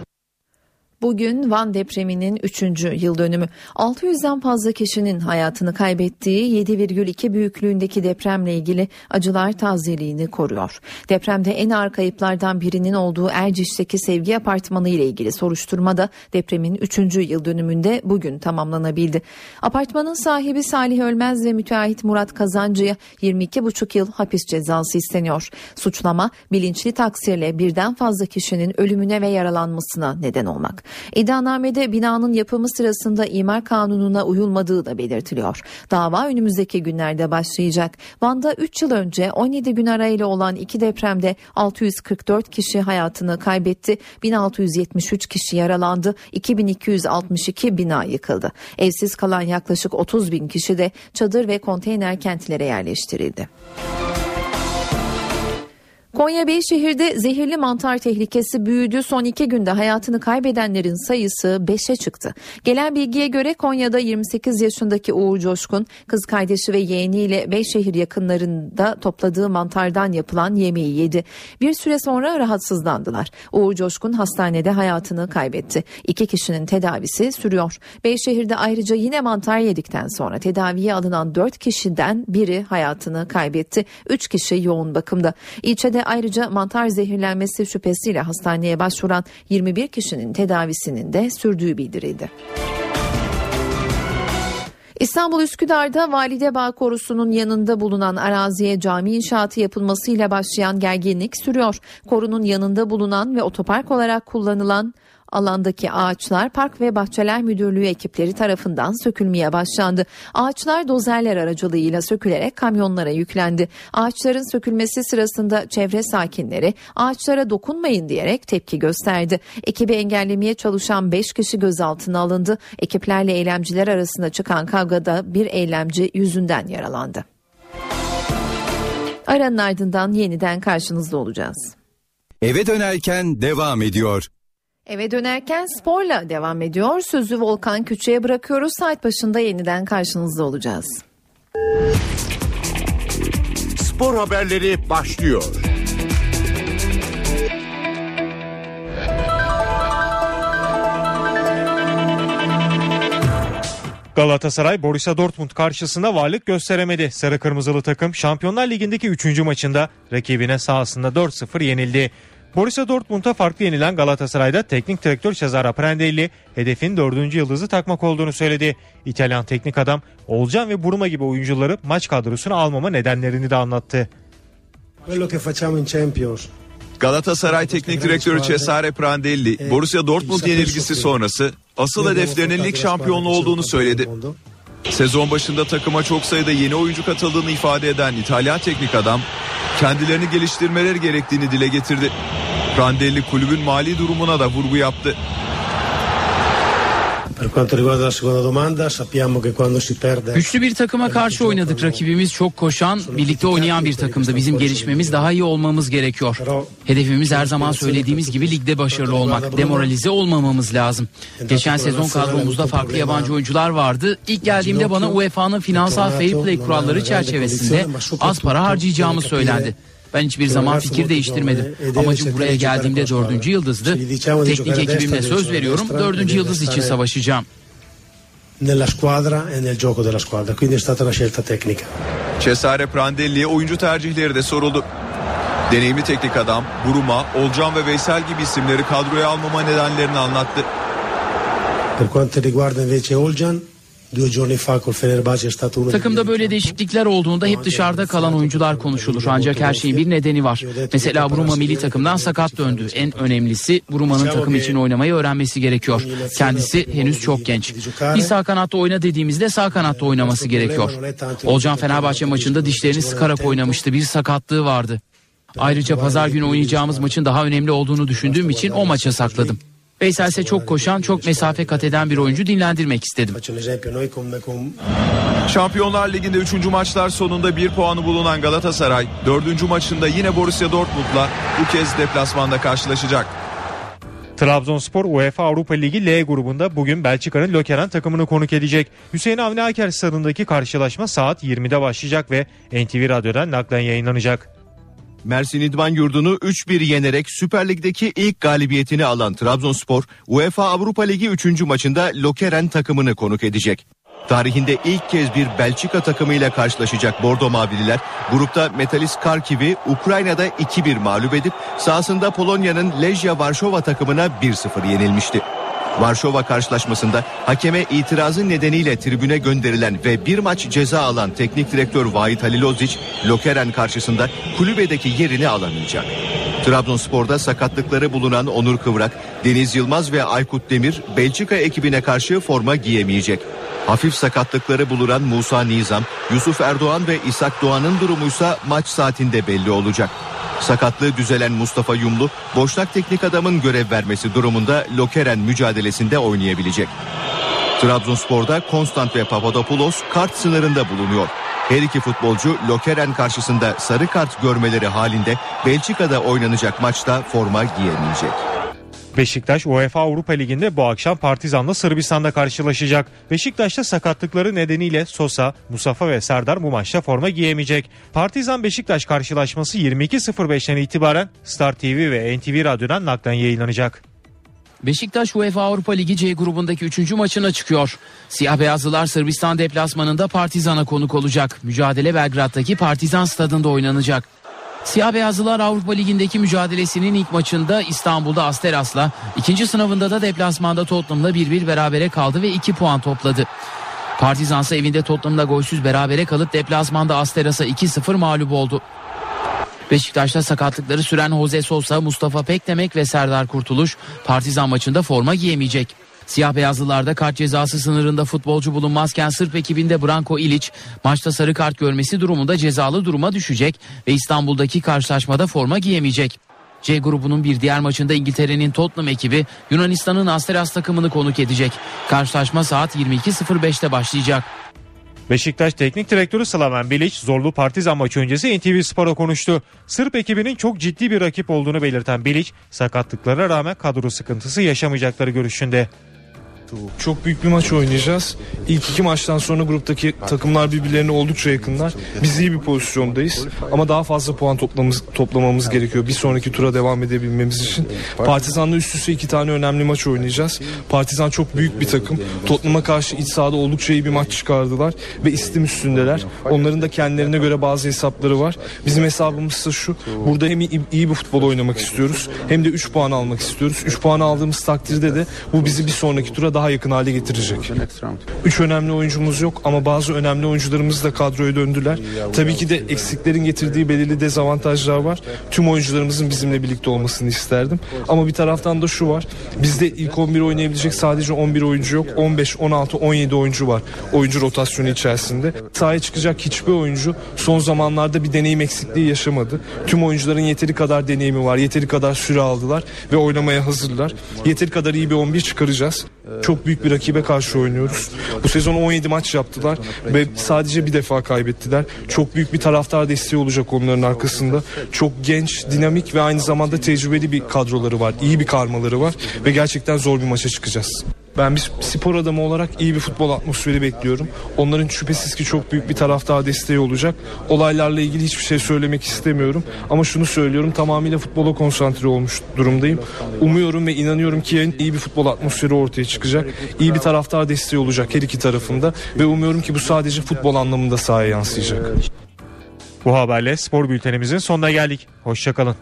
Bugün Van depreminin 3. yıl dönümü. 600'den fazla kişinin hayatını kaybettiği 7,2 büyüklüğündeki depremle ilgili acılar tazeliğini koruyor. Depremde en ağır kayıplardan birinin olduğu Erciş'teki Sevgi Apartmanı ile ilgili soruşturma da depremin 3. yıl dönümünde bugün tamamlanabildi. Apartmanın sahibi Salih Ölmez ve müteahhit Murat Kazancı'ya 22,5 yıl hapis cezası isteniyor. Suçlama bilinçli taksirle birden fazla kişinin ölümüne ve yaralanmasına neden olmak. İddianamede binanın yapımı sırasında imar kanununa uyulmadığı da belirtiliyor. Dava önümüzdeki günlerde başlayacak. Van'da 3 yıl önce 17 gün arayla olan 2 depremde 644 kişi hayatını kaybetti. 1673 kişi yaralandı. 2262 bina yıkıldı. Evsiz kalan yaklaşık 30 bin kişi de çadır ve konteyner kentlere yerleştirildi. Konya Beyşehir'de zehirli mantar tehlikesi büyüdü. Son 2 günde hayatını kaybedenlerin sayısı 5'e çıktı. Gelen bilgiye göre Konya'da 28 yaşındaki Uğur Coşkun, kız kardeşi ve yeğeniyle Beyşehir yakınlarında topladığı mantardan yapılan yemeği yedi. Bir süre sonra rahatsızlandılar. Uğur Coşkun hastanede hayatını kaybetti. 2 kişinin tedavisi sürüyor. Beyşehir'de ayrıca yine mantar yedikten sonra tedaviye alınan 4 kişiden biri hayatını kaybetti. 3 kişi yoğun bakımda. İlçede ayrıca mantar zehirlenmesi şüphesiyle hastaneye başvuran 21 kişinin tedavisinin de sürdüğü bildirildi. İstanbul Üsküdar'da Validebağ Korusu'nun yanında bulunan araziye cami inşaatı yapılmasıyla başlayan gerginlik sürüyor. Korunun yanında bulunan ve otopark olarak kullanılan alandaki ağaçlar Park ve Bahçeler Müdürlüğü ekipleri tarafından sökülmeye başlandı. Ağaçlar dozerler aracılığıyla sökülerek kamyonlara yüklendi. Ağaçların sökülmesi sırasında çevre sakinleri ağaçlara dokunmayın diyerek tepki gösterdi. Ekibi engellemeye çalışan 5 kişi gözaltına alındı. Ekiplerle eylemciler arasında çıkan kavgada bir eylemci yüzünden yaralandı. Aranın ardından yeniden karşınızda olacağız. Eve dönerken devam ediyor. Eve dönerken sporla devam ediyor. Sözü Volkan Küçük'e bırakıyoruz. Saat başında yeniden karşınızda olacağız. Spor haberleri başlıyor. Galatasaray Borussia Dortmund karşısında varlık gösteremedi. Sarı Kırmızılı takım Şampiyonlar Ligi'ndeki 3. maçında rakibine sahasında 4-0 yenildi. Borussia Dortmund'a farklı yenilen Galatasaray'da teknik direktör Cesare Prandelli hedefin 4. yıldızı takmak olduğunu söyledi. İtalyan teknik adam Olcan ve Buruma gibi oyuncuları maç kadrosuna almama nedenlerini de anlattı. Galatasaray Teknik Direktörü Cesare Prandelli, Borussia Dortmund yenilgisi sonrası asıl hedeflerinin lig şampiyonluğu olduğunu söyledi. Sezon başında takıma çok sayıda yeni oyuncu katıldığını ifade eden İtalyan teknik adam, kendilerini geliştirmeleri gerektiğini dile getirdi. Prandelli kulübün mali durumuna da vurgu yaptı. Güçlü bir takıma karşı oynadık. Rakibimiz çok koşan, birlikte oynayan bir takımdı. Bizim gelişmemiz, daha iyi olmamız gerekiyor. Hedefimiz her zaman söylediğimiz gibi ligde başarılı olmak. Demoralize olmamamız lazım. Geçen sezon kadromuzda farklı yabancı oyuncular vardı. İlk geldiğimde bana UEFA'nın finansal fair play kuralları çerçevesinde az para harcayacağımı söylendi. Ben hiçbir zaman fikir değiştirmedim. Amacım buraya geldiğimde 4. yıldızdı. Teknik ekibimle söz veriyorum, 4. yıldız için savaşacağım. Nella squadra e nel gioco della squadra. Quindi è stata una scelta tecnica. Cesare Prandelli'ye oyuncu tercihleri de soruldu. Deneyimli teknik adam Buruma, Olcan ve Veysel gibi isimleri kadroya almama nedenlerini anlattı. Per quanto riguarda invece Olcan, 2 giorni fa col Fenerbahçe è stato uno. Takımda böyle değişiklikler olduğunda hep dışarıda kalan oyuncular konuşulur. Ancak her şeyin bir nedeni var. Mesela Buruma milli takımdan sakat döndü. En önemlisi Buruma'nın takım için oynamayı öğrenmesi gerekiyor. Kendisi henüz çok genç. Bir sağ kanatta oyna dediğimizde sağ kanatta oynaması gerekiyor. Olcan Fenerbahçe maçında dişlerini sıkarak oynamıştı. Bir sakatlığı vardı. Ayrıca pazar günü oynayacağımız maçın daha önemli olduğunu düşündüğüm için o maça sakladım. Veysel ise çok koşan, çok mesafe kat eden bir oyuncu, dinlendirmek istedim. Şampiyonlar Ligi'nde 3. maçlar sonunda 1 puanı bulunan Galatasaray 4. maçında yine Borussia Dortmund'la bu kez deplasmanda karşılaşacak. Trabzonspor UEFA Avrupa Ligi L grubunda bugün Belçika'nın Lokeren takımını konuk edecek. Hüseyin Avni Aker stadındaki karşılaşma saat 20'de başlayacak ve NTV Radyo'dan naklen yayınlanacak. Mersin İdman Yurdu'nu 3-1 yenerek Süper Lig'deki ilk galibiyetini alan Trabzonspor, UEFA Avrupa Ligi 3. maçında Lokeren takımını konuk edecek. Tarihinde ilk kez bir Belçika takımıyla karşılaşacak Bordo Mavililer, grupta Metalist Karkiv'i Ukrayna'da 2-1 mağlup edip sahasında Polonya'nın Lechia Varşova takımına 1-0 yenilmişti. Varşova karşılaşmasında hakeme itirazı nedeniyle tribüne gönderilen ve bir maç ceza alan teknik direktör Vahit Halilovic, Lokeren karşısında kulübedeki yerini alamayacak. Trabzonspor'da sakatlıkları bulunan Onur Kıvrak, Deniz Yılmaz ve Aykut Demir Belçika ekibine karşı forma giyemeyecek. Hafif sakatlıkları bulunan Musa Nizam, Yusuf Erdoğan ve İshak Doğan'ın durumuysa maç saatinde belli olacak. Sakatlığı düzelen Mustafa Yumlu, Boşnak teknik adamın görev vermesi durumunda Lokeren mücadelesinde oynayabilecek. Trabzonspor'da Konstant ve Papadopoulos kart sınırında bulunuyor. Her iki futbolcu Lokeren karşısında sarı kart görmeleri halinde Belçika'da oynanacak maçta forma giyemeyecek. Beşiktaş UEFA Avrupa Ligi'nde bu akşam Partizan'la Sırbistan'da karşılaşacak. Beşiktaş'ta sakatlıkları nedeniyle Sosa, Mustafa ve Serdar bu maçta forma giyemeyecek. Partizan-Beşiktaş karşılaşması 22.05'ten itibaren Star TV ve NTV Radyo'dan naklen yayınlanacak. Beşiktaş UEFA Avrupa Ligi C grubundaki 3. maçına çıkıyor. Siyah beyazlılar Sırbistan deplasmanında Partizan'a konuk olacak. Mücadele Belgrad'daki Partizan stadında oynanacak. Siyah beyazlılar Avrupa Ligi'ndeki mücadelesinin ilk maçında İstanbul'da Asteras'la, ikinci sınavında da deplasmanda Tottenham'la 1-1 berabere kaldı ve 2 puan topladı. Partizan ise evinde Tottenham'la golsüz berabere kalıp deplasmanda Asteras'a 2-0 mağlup oldu. Beşiktaş'ta sakatlıkları süren Jose Sosa, Mustafa Pekdemek ve Serdar Kurtuluş Partizan maçında forma giyemeyecek. Siyah beyazlılarda kart cezası sınırında futbolcu bulunmazken Sırp ekibinde Branko Ilić maçta sarı kart görmesi durumunda cezalı duruma düşecek ve İstanbul'daki karşılaşmada forma giyemeyecek. C grubunun bir diğer maçında İngiltere'nin Tottenham ekibi Yunanistan'ın Asteras takımını konuk edecek. Karşılaşma saat 22.05'te başlayacak. Beşiktaş Teknik Direktörü Slaven Bilic zorlu Partizan maçı öncesi NTV Spor'a konuştu. Sırp ekibinin çok ciddi bir rakip olduğunu belirten Bilic, sakatlıklara rağmen kadro sıkıntısı yaşamayacakları görüşünde. Çok büyük bir maç oynayacağız. İlk 2 maçtan sonra gruptaki takımlar birbirlerine oldukça yakınlar. Biz iyi bir pozisyondayız ama daha fazla puan toplamamız gerekiyor bir sonraki tura devam edebilmemiz için. Partizan'la üst üste 2 tane önemli maç oynayacağız. Partizan çok büyük bir takım. Tottenham'a karşı iç sahada oldukça iyi bir maç çıkardılar ve istim üstündeler. Onların da kendilerine göre bazı hesapları var. Bizim hesabımız ise şu: burada hem iyi bir futbol oynamak istiyoruz hem de 3 puan almak istiyoruz. 3 puan aldığımız takdirde de bu bizi bir sonraki tura daha yakın hale getirecek. 3 önemli oyuncumuz yok ama bazı önemli oyuncularımız da kadroya döndüler. Tabii ki de eksiklerin getirdiği belirli dezavantajlar var. Tüm oyuncularımızın bizimle birlikte olmasını isterdim. Ama bir taraftan da şu var: bizde ilk 11 oynayabilecek sadece 11 oyuncu yok. 15, 16, 17 oyuncu var oyuncu rotasyonu içerisinde. Sahaya çıkacak hiçbir oyuncu son zamanlarda bir deneyim eksikliği yaşamadı. Tüm oyuncuların yeteri kadar deneyimi var. Yeteri kadar süre aldılar ve oynamaya hazırlar. Yeteri kadar iyi bir 11 çıkaracağız. Çok büyük bir rakibe karşı oynuyoruz. Bu sezon 17 maç yaptılar ve sadece bir defa kaybettiler. Çok büyük bir taraftar desteği olacak onların arkasında. Çok genç, dinamik ve aynı zamanda tecrübeli bir kadroları var. İyi bir karmaları var ve gerçekten zor bir maça çıkacağız. Ben bir spor adamı olarak iyi bir futbol atmosferi bekliyorum. Onların şüphesiz ki çok büyük bir taraftar desteği olacak. Olaylarla ilgili hiçbir şey söylemek istemiyorum. Ama şunu söylüyorum, tamamıyla futbola konsantre olmuş durumdayım. Umuyorum ve inanıyorum ki yarın iyi bir futbol atmosferi ortaya çıkacak. İyi bir taraftar desteği olacak her iki tarafında. Ve umuyorum ki bu sadece futbol anlamında sahaya yansıyacak. Bu haberle spor bültenimizin sonuna geldik. Hoşçakalın.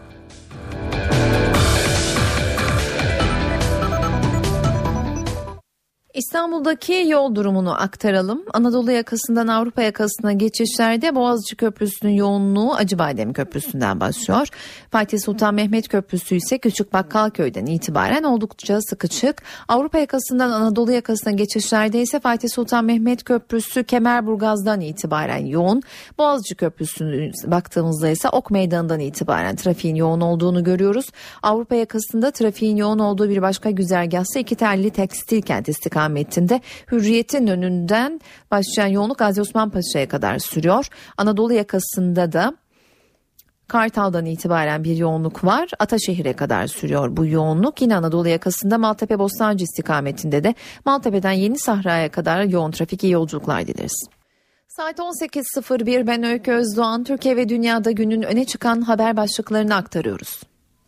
İstanbul'daki yol durumunu aktaralım. Anadolu yakasından Avrupa yakasına geçişlerde Boğaziçi Köprüsü'nün yoğunluğu Acıbadem Köprüsü'nden başlıyor. Fatih Sultan Mehmet Köprüsü ise Küçükbakkalköy'den itibaren oldukça sıkışık. Avrupa yakasından Anadolu yakasına geçişlerde ise Fatih Sultan Mehmet Köprüsü Kemerburgaz'dan itibaren yoğun. Boğaziçi Köprüsü'nü baktığımızda ise Ok Meydanı'ndan itibaren trafiğin yoğun olduğunu görüyoruz. Avrupa yakasında trafiğin yoğun olduğu bir başka güzergahsa iki telli tekstil kent istikametinde Hürriyet'in önünden başlayan yoğunluk Gazi Osman Paşa'ya kadar sürüyor. Anadolu yakasında da Kartal'dan itibaren bir yoğunluk var. Ataşehir'e kadar sürüyor bu yoğunluk. Yine Anadolu yakasında Maltepe Bostancı istikametinde de Maltepe'den Yeni Sahra'ya kadar yoğun trafik, iyi yolculuklar dileriz. Saat 18.01, ben Öykü Özdoğan. Türkiye ve dünyada günün öne çıkan haber başlıklarını aktarıyoruz.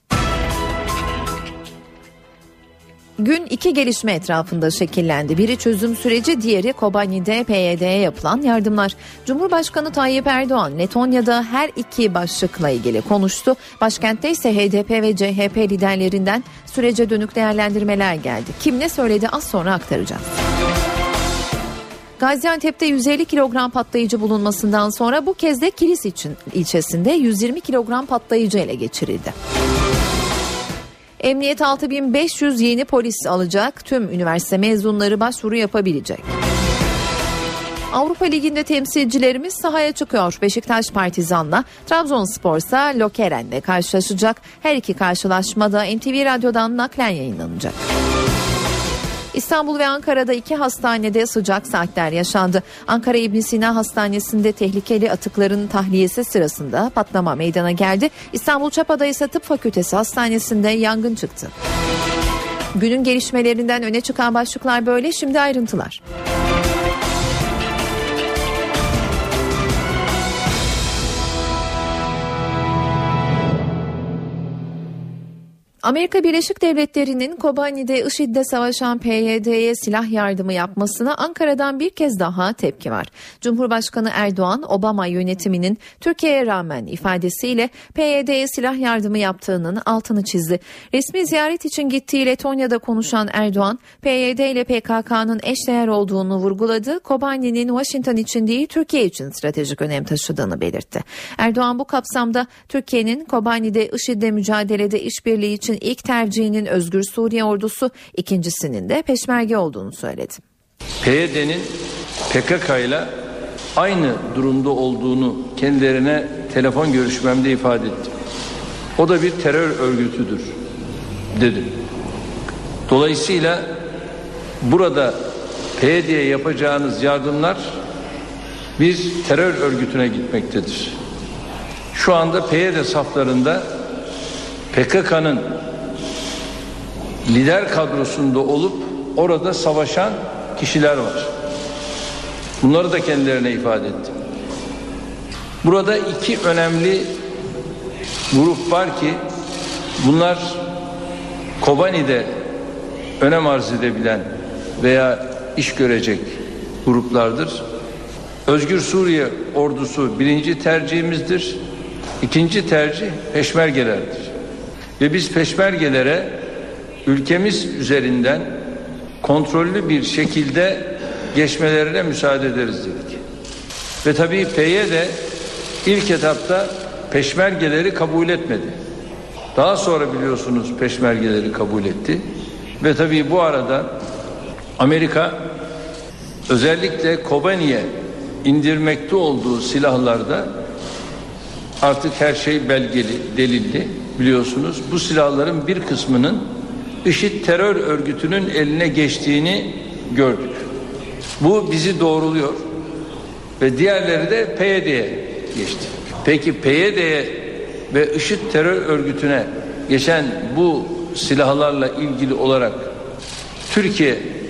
Gün iki gelişme etrafında şekillendi. Biri çözüm süreci, diğeri Kobani'de PYD'ye yapılan yardımlar. Cumhurbaşkanı Tayyip Erdoğan Letonya'da her iki başlıkla ilgili konuştu. Başkentte ise HDP ve CHP liderlerinden sürece dönük değerlendirmeler geldi. Kim ne söyledi az sonra aktaracağız. Gaziantep'te 150 kilogram patlayıcı bulunmasından sonra bu kez de Kilis ilçesinde 120 kilogram patlayıcı ele geçirildi. Emniyet 6500 yeni polis alacak. Tüm üniversite mezunları başvuru yapabilecek. Avrupa Ligi'nde temsilcilerimiz sahaya çıkıyor. Beşiktaş Partizan'la, Trabzonspor ise Lokeren'le karşılaşacak. Her iki karşılaşma da NTV Radyo'dan naklen yayınlanacak. İstanbul ve Ankara'da iki hastanede sıcak saatler yaşandı. Ankara İbn Sina Hastanesi'nde tehlikeli atıkların tahliyesi sırasında patlama meydana geldi. İstanbul Çapa'da ise Tıp Fakültesi Hastanesi'nde yangın çıktı. Günün gelişmelerinden öne çıkan başlıklar böyle, şimdi ayrıntılar. Amerika Birleşik Devletleri'nin Kobani'de IŞİD'le savaşan PYD'ye silah yardımı yapmasına Ankara'dan bir kez daha tepki var. Cumhurbaşkanı Erdoğan, Obama yönetiminin Türkiye'ye rağmen ifadesiyle PYD'ye silah yardımı yaptığının altını çizdi. Resmi ziyaret için gittiği Letonya'da konuşan Erdoğan, PYD ile PKK'nın eşdeğer olduğunu vurguladı. Kobani'nin Washington için değil Türkiye için stratejik önem taşıdığını belirtti. Erdoğan bu kapsamda Türkiye'nin Kobani'de IŞİD'le mücadelede işbirliği için ilk tercihinin Özgür Suriye Ordusu, ikincisinin de Peşmerge olduğunu söyledi. PYD'nin PKK ile aynı durumda olduğunu kendilerine telefon görüşmemde ifade ettim. O da bir terör örgütüdür dedim. Dolayısıyla burada PYD'ye yapacağınız yardımlar bir terör örgütüne gitmektedir. Şu anda PYD saflarında PKK'nın lider kadrosunda olup orada savaşan kişiler var. Bunları da kendilerine ifade ettim. Burada iki önemli grup var ki bunlar Kobani'de önem arz edebilen veya iş görecek gruplardır. Özgür Suriye Ordusu birinci tercihimizdir. İkinci tercih Peşmergelerdir. Ve biz Peşmergelere ülkemiz üzerinden kontrollü bir şekilde geçmelerine müsaade ederiz dedik. Ve tabii PYD ilk etapta Peşmergeleri kabul etmedi. Daha sonra biliyorsunuz Peşmergeleri kabul etti. Ve tabii bu arada Amerika özellikle Kobani'ye indirmekte olduğu silahlarda artık her şey belgeli, delilli biliyorsunuz. Bu silahların bir kısmının IŞİD terör örgütünün eline geçtiğini gördük. Bu bizi doğruluyor ve diğerleri de PYD'ye geçti. Peki PYD'ye ve IŞİD terör örgütüne geçen bu silahlarla ilgili olarak Türkiye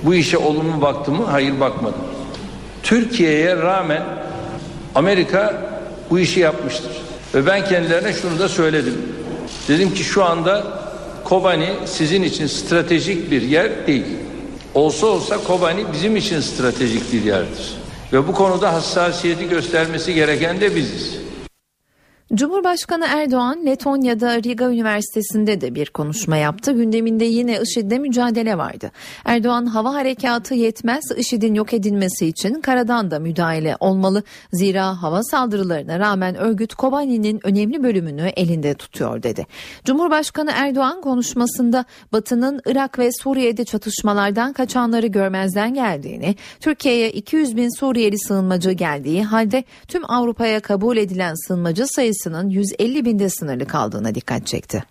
Bu işe olumlu baktı mı? Hayır, bakmadı. Türkiye'ye rağmen Amerika bu işi yapmıştır. Ve ben kendilerine şunu da söyledim. Dedim ki şu anda Kobani sizin için stratejik bir yer değil. Olsa olsa Kobani bizim için stratejik bir yerdir. Ve bu konuda hassasiyeti göstermesi gereken de biziz. Cumhurbaşkanı Erdoğan, Letonya'da Riga Üniversitesi'nde de bir konuşma yaptı. Gündeminde yine IŞİD'le mücadele vardı. Erdoğan, hava harekatı yetmez, IŞİD'in yok edilmesi için karadan da müdahale olmalı. Zira hava saldırılarına rağmen örgüt Kobani'nin önemli bölümünü elinde tutuyor dedi. Cumhurbaşkanı Erdoğan konuşmasında Batı'nın Irak ve Suriye'de çatışmalardan kaçanları görmezden geldiğini, Türkiye'ye 200 bin Suriyeli sığınmacı geldiği halde tüm Avrupa'ya kabul edilen sığınmacı sayısının 150 binde sınırlı kaldığına dikkat çekti.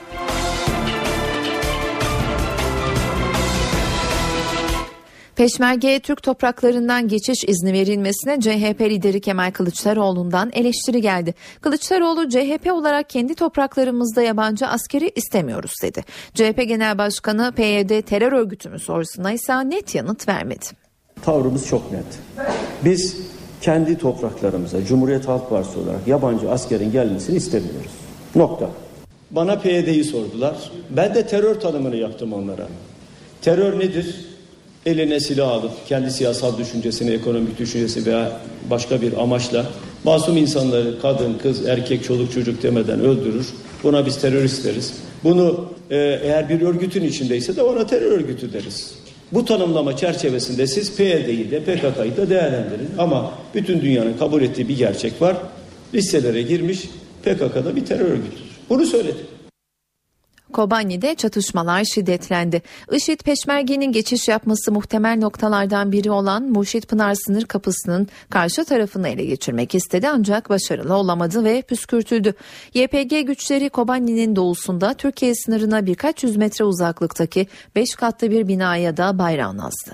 Peşmergeye Türk topraklarından geçiş izni verilmesine CHP lideri Kemal Kılıçdaroğlu'ndan eleştiri geldi. Kılıçdaroğlu, CHP olarak kendi topraklarımızda yabancı askeri istemiyoruz dedi. CHP Genel Başkanı PYD terör örgütü mü sorusuna ise net yanıt vermedi. Tavrımız çok net. Biz kendi topraklarımıza Cumhuriyet Halk Partisi olarak yabancı askerin gelmesini istemiyoruz. Nokta. Bana PYD'yi sordular. Ben de terör tanımını yaptım onlara. Terör nedir? Eline silah alıp kendi siyasal düşüncesini, ekonomik düşüncesi veya başka bir amaçla masum insanları kadın, kız, erkek, çoluk, çocuk demeden öldürür. Buna biz terörist deriz. Bunu eğer bir örgütün içindeyse de ona terör örgütü deriz. Bu tanımlama çerçevesinde siz PYD'yi de PKK'yı da değerlendirin. Ama bütün dünyanın kabul ettiği bir gerçek var. Listelere girmiş, PKK'da bir terör örgütüdür. Bunu söyledim. Kobani'de çatışmalar şiddetlendi. IŞİD peşmergenin geçiş yapması muhtemel noktalardan biri olan Murşitpınar sınır kapısının karşı tarafını ele geçirmek istedi ancak başarılı olamadı ve püskürtüldü. YPG güçleri Kobani'nin doğusunda Türkiye sınırına birkaç yüz metre uzaklıktaki 5 katlı bir binaya da bayrağını astı.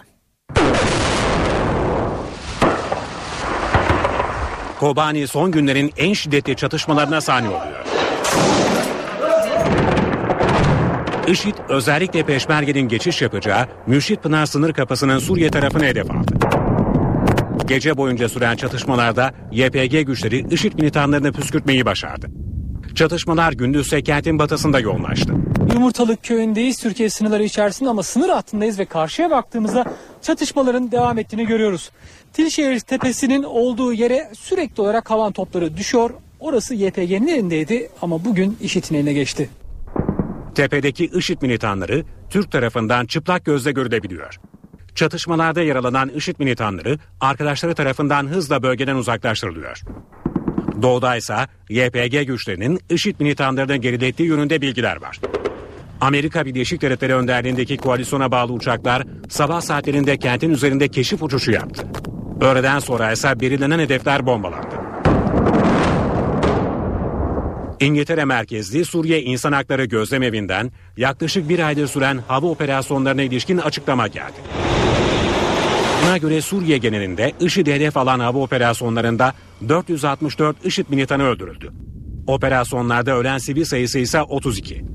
Kobani son günlerin en şiddetli çatışmalarına sahne oluyor. IŞİD özellikle Peşmerge'nin geçiş yapacağı Mürşitpınar sınır kapısının Suriye tarafını hedef aldı. Gece boyunca süren çatışmalarda YPG güçleri IŞİD militanlarını püskürtmeyi başardı. Çatışmalar gündüzse kentin batısında yoğunlaştı. Yumurtalık köyündeyiz, Türkiye sınırları içerisinde ama sınır hattındayız ve karşıya baktığımızda çatışmaların devam ettiğini görüyoruz. Tilşehir Tepesi'nin olduğu yere sürekli olarak havan topları düşüyor. Orası YPG'nin elindeydi ama bugün IŞİD'in eline geçti. Tepedeki IŞİD militanları Türk tarafından çıplak gözle görülebiliyor. Çatışmalarda yaralanan IŞİD militanları arkadaşları tarafından hızla bölgeden uzaklaştırılıyor. Doğuda ise YPG güçlerinin IŞİD militanlarını gerilettiği yönünde bilgiler var. Amerika Birleşik Devletleri önderliğindeki koalisyona bağlı uçaklar sabah saatlerinde kentin üzerinde keşif uçuşu yaptı. Öğleden sonra ise belirlenen hedefler bombalandı. İngiltere merkezli Suriye İnsan Hakları Gözlemevi'nden yaklaşık bir aydır süren hava operasyonlarına ilişkin açıklama geldi. Buna göre Suriye genelinde IŞİD'i hedef alan hava operasyonlarında 464 IŞİD militanı öldürüldü. Operasyonlarda ölen sivil sayısı ise 32.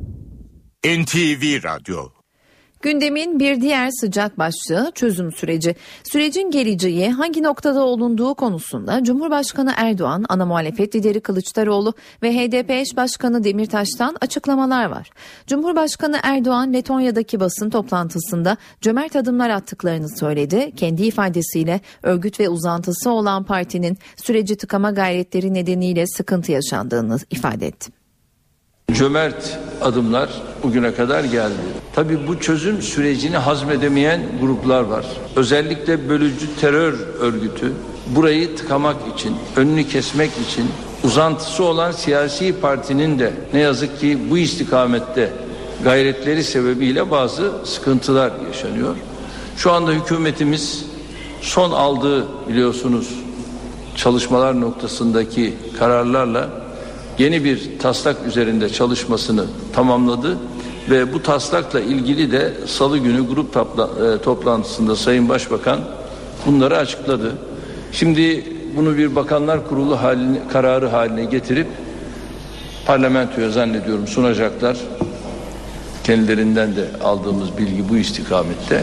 NTV Radyo. Gündemin bir diğer sıcak başlığı çözüm süreci. Sürecin geleceği hangi noktada olunduğu konusunda Cumhurbaşkanı Erdoğan, ana muhalefet lideri Kılıçdaroğlu ve HDP eş başkanı Demirtaş'tan açıklamalar var. Cumhurbaşkanı Erdoğan, Letonya'daki basın toplantısında cömert adımlar attıklarını söyledi. Kendi ifadesiyle örgüt ve uzantısı olan partinin süreci tıkama gayretleri nedeniyle sıkıntı yaşandığını ifade etti. Cömert adımlar bugüne kadar geldi. Tabii bu çözüm sürecini hazmedemeyen gruplar var. Özellikle bölücü terör örgütü burayı tıkamak için, önünü kesmek için uzantısı olan siyasi partinin de ne yazık ki bu istikamette gayretleri sebebiyle bazı sıkıntılar yaşanıyor. Şu anda hükümetimiz son aldığı biliyorsunuz çalışmalar noktasındaki kararlarla yeni bir taslak üzerinde çalışmasını tamamladı ve bu taslakla ilgili de Salı günü grup toplantısında Sayın Başbakan bunları açıkladı. Şimdi bunu bir Bakanlar Kurulu kararı haline getirip parlamentoya zannediyorum sunacaklar. Kendilerinden de aldığımız bilgi bu istikamette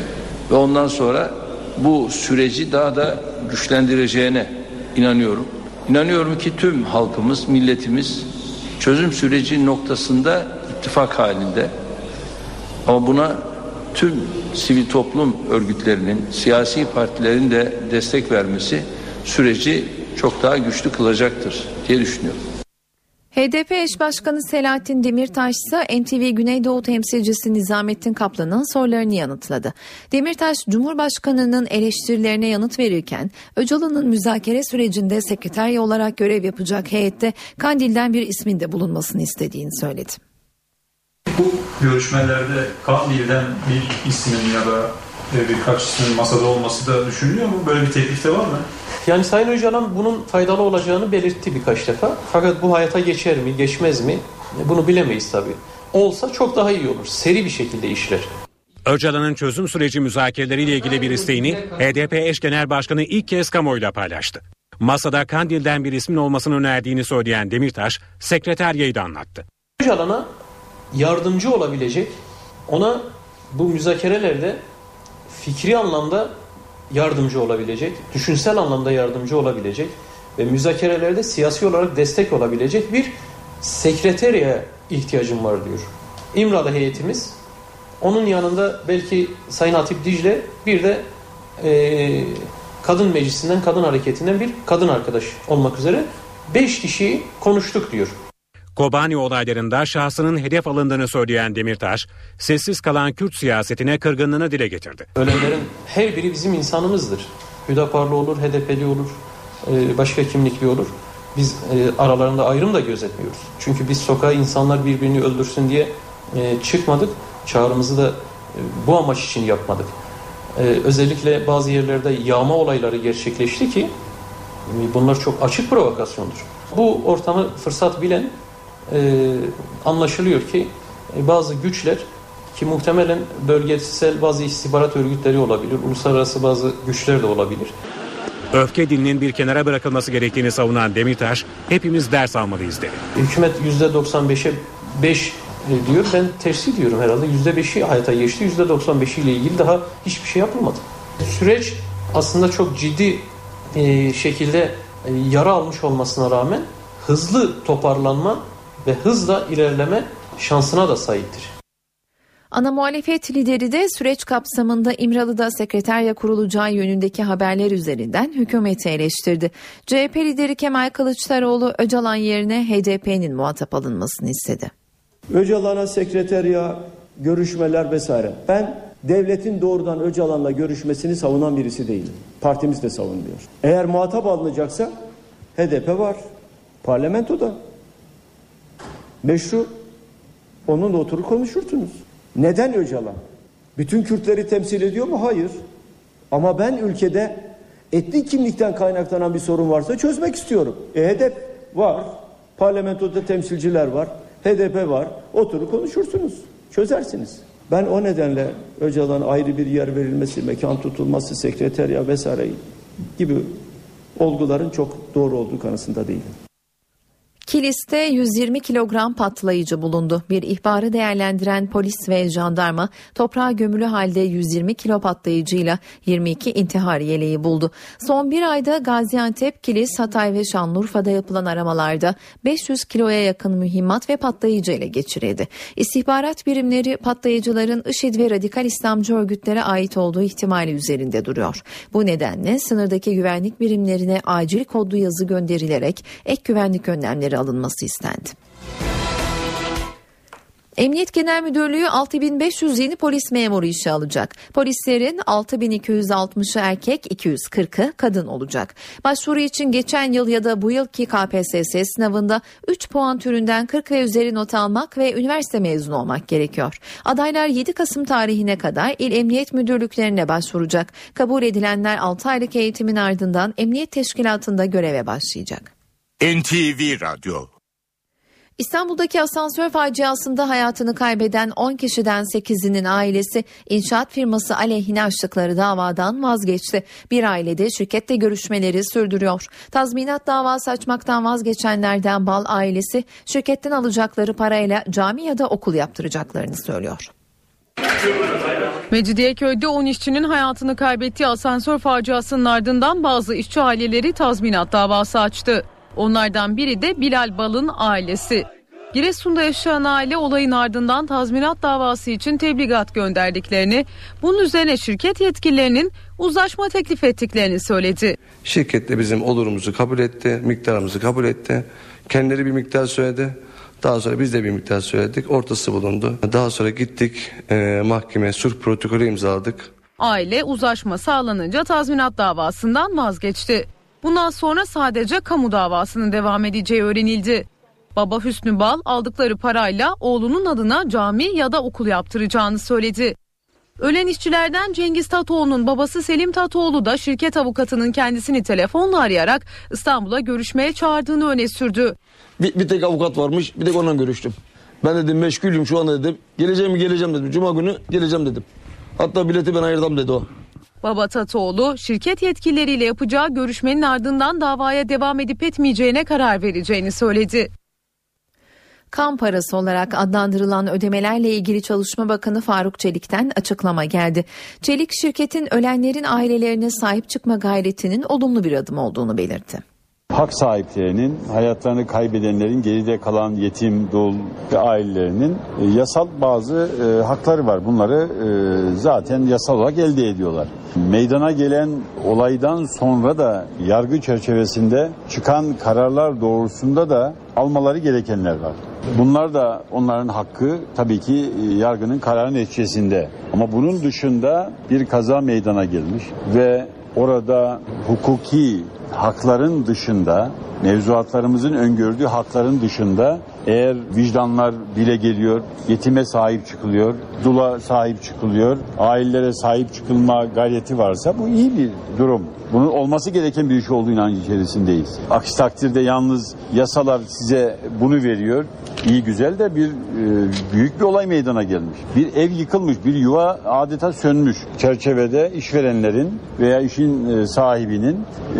Ve ondan sonra bu süreci daha da güçlendireceğine inanıyorum. İnanıyorum ki tüm halkımız, milletimiz çözüm süreci noktasında ittifak halinde. Ama buna tüm sivil toplum örgütlerinin, siyasi partilerin de destek vermesi süreci çok daha güçlü kılacaktır diye düşünüyorum. HDP eş başkanı Selahattin Demirtaş ise NTV Güneydoğu temsilcisi Nizamettin Kaplan'ın sorularını yanıtladı. Demirtaş, Cumhurbaşkanı'nın eleştirilerine yanıt verirken Öcalan'ın müzakere sürecinde sekreterya olarak görev yapacak heyette Kandil'den bir ismin de bulunmasını istediğini söyledi. Bu görüşmelerde Kandil'den bir ismin ya da birkaç ismin masada olması da düşünülüyor mu? Böyle bir teklif de var mı? Yani Sayın Öcalan bunun faydalı olacağını belirtti birkaç defa. Fakat bu hayata geçer mi, geçmez mi? Bunu bilemeyiz tabii. Olsa çok daha iyi olur. Seri bir şekilde işler. Öcalan'ın çözüm süreci müzakereleriyle ilgili bir isteğini HDP eş genel başkanı ilk kez kamuoyuyla paylaştı. Masada Kandil'den bir ismin olmasını önerdiğini söyleyen Demirtaş, sekreteryayı da anlattı. Öcalan'a yardımcı olabilecek, ona bu müzakerelerde fikri anlamda yardımcı olabilecek, düşünsel anlamda yardımcı olabilecek ve müzakerelerde siyasi olarak destek olabilecek bir sekreteriye ihtiyacım var diyor. İmralı heyetimiz, onun yanında belki Sayın Hatip Dicle, bir de kadın meclisinden, kadın hareketinden bir kadın arkadaş olmak üzere 5 kişiyi konuştuk diyor. Kobani olaylarında şahsının hedef alındığını söyleyen Demirtaş, sessiz kalan Kürt siyasetine kırgınlığını dile getirdi. Ölenlerin her biri bizim insanımızdır. Hüdaparlı olur, HDP'li olur, başka kimlikli olur. Biz aralarında ayrım da gözetmiyoruz. Çünkü biz sokağa insanlar birbirini öldürsün diye çıkmadık. Çağrımızı da bu amaç için yapmadık. Özellikle bazı yerlerde yağma olayları gerçekleşti ki bunlar çok açık provokasyondur. Bu ortamı fırsat bilen anlaşılıyor ki bazı güçler, ki muhtemelen bölgesel bazı istihbarat örgütleri olabilir, uluslararası bazı güçler de olabilir. Öfke dilinin bir kenara bırakılması gerektiğini savunan Demirtaş, hepimiz ders almalıyız dedi. Hükümet %95'e 5 diyor, ben tersi diyorum herhalde. %5'i hayata geçti, %95'i ile ilgili daha hiçbir şey yapılmadı. Süreç aslında çok ciddi şekilde yara almış olmasına rağmen hızlı toparlanma ve hızla ilerleme şansına da sahiptir. Ana muhalefet lideri de süreç kapsamında İmralı'da sekreterya kurulacağı yönündeki haberler üzerinden hükümeti eleştirdi. CHP lideri Kemal Kılıçdaroğlu Öcalan yerine HDP'nin muhatap alınmasını istedi. Öcalan'a sekreterya, görüşmeler vesaire. Ben devletin doğrudan Öcalan'la görüşmesini savunan birisi değilim. Partimiz de savunmuyor. Eğer muhatap alınacaksa HDP var. Parlamentoda. Meşru. Onunla oturup konuşursunuz. Neden Öcalan? Bütün Kürtleri temsil ediyor mu? Hayır. Ama ben ülkede etnik kimlikten kaynaklanan bir sorun varsa çözmek istiyorum. HDP var. Parlamentoda temsilciler var. HDP var. Oturup konuşursunuz. Çözersiniz. Ben o nedenle Öcalan'a ayrı bir yer verilmesi, mekan tutulması, sekreterya vesaire gibi olguların çok doğru olduğu kanısında değilim. Kilis'te 120 kilogram patlayıcı bulundu. Bir ihbarı değerlendiren polis ve jandarma toprağa gömülü halde 120 kilo patlayıcıyla 22 intihar yeleği buldu. Son bir ayda Gaziantep, Kilis, Hatay ve Şanlıurfa'da yapılan aramalarda 500 kiloya yakın mühimmat ve patlayıcı ele geçirildi. İstihbarat birimleri patlayıcıların IŞİD ve radikal İslamcı örgütlere ait olduğu ihtimali üzerinde duruyor. Bu nedenle sınırdaki güvenlik birimlerine acil kodlu yazı gönderilerek ek güvenlik önlemleri alınması istendi. Emniyet Genel Müdürlüğü 6500 yeni polis memuru işe alacak. Polislerin 6260'ı erkek, 240'ı kadın olacak. Başvuru için geçen yıl ya da bu yılki KPSS sınavında 3 puan türünden 40 ve üzeri not almak ve üniversite mezunu olmak gerekiyor. Adaylar 7 Kasım tarihine kadar il emniyet müdürlüklerine başvuracak. Kabul edilenler 6 aylık eğitimin ardından emniyet teşkilatında göreve başlayacak. NTV Radyo. İstanbul'daki asansör faciasında hayatını kaybeden 10 kişiden 8'inin ailesi inşaat firması aleyhine açtıkları davadan vazgeçti. Bir ailede şirketle görüşmeleri sürdürüyor. Tazminat davası açmaktan vazgeçenlerden Bal ailesi şirketten alacakları parayla cami ya da okul yaptıracaklarını söylüyor. Mecidiyeköy'de 10 işçinin hayatını kaybettiği asansör faciasının ardından bazı işçi aileleri tazminat davası açtı. Onlardan biri de Bilal Bal'ın ailesi. Giresun'da yaşayan aile olayın ardından tazminat davası için tebligat gönderdiklerini, bunun üzerine şirket yetkililerinin uzlaşma teklif ettiklerini söyledi. Şirket de bizim olurumuzu kabul etti, miktarımızı kabul etti. Kendileri bir miktar söyledi. Daha sonra biz de bir miktar söyledik. Ortası bulundu. Daha sonra gittik mahkemeye sulh protokolü imzaladık. Aile uzlaşma sağlanınca tazminat davasından vazgeçti. Bundan sonra sadece kamu davasının devam edeceği öğrenildi. Baba Hüsnü Bal aldıkları parayla oğlunun adına cami ya da okul yaptıracağını söyledi. Ölen işçilerden Cengiz Tatoğlu'nun babası Selim Tatoğlu da şirket avukatının kendisini telefonla arayarak İstanbul'a görüşmeye çağırdığını öne sürdü. Bir tek avukat varmış, bir tek onunla görüştüm. Ben dedim meşgulüm şu anda dedim. Geleceğim dedim. Cuma günü geleceğim dedim. Hatta bileti ben ayırdım dedi o. Baba Tatoğlu şirket yetkilileriyle yapacağı görüşmenin ardından davaya devam edip etmeyeceğine karar vereceğini söyledi. Kan parası olarak adlandırılan ödemelerle ilgili Çalışma Bakanı Faruk Çelik'ten açıklama geldi. Çelik, şirketin ölenlerin ailelerine sahip çıkma gayretinin olumlu bir adım olduğunu belirtti. Hak sahiplerinin, hayatlarını kaybedenlerin, geride kalan yetim, dul ve ailelerinin yasal bazı hakları var. Bunları zaten yasal olarak elde ediyorlar. Meydana gelen olaydan sonra da yargı çerçevesinde çıkan kararlar doğrusunda da almaları gerekenler var. Bunlar da onların hakkı, tabii ki yargının kararı neticesinde. Ama bunun dışında bir kaza meydana gelmiş ve orada hukuki hakların dışında, mevzuatlarımızın öngördüğü hakların dışında eğer vicdanlar dile geliyor, yetime sahip çıkılıyor, dula sahip çıkılıyor, ailelere sahip çıkılma gayreti varsa bu iyi bir durum. Bunun olması gereken bir şey olduğu inancı içerisindeyiz. Aksi takdirde yalnız yasalar size bunu veriyor. İyi güzel de bir büyük bir olay meydana gelmiş. Bir ev yıkılmış, bir yuva adeta sönmüş. Çerçevede işverenlerin veya işin sahibinin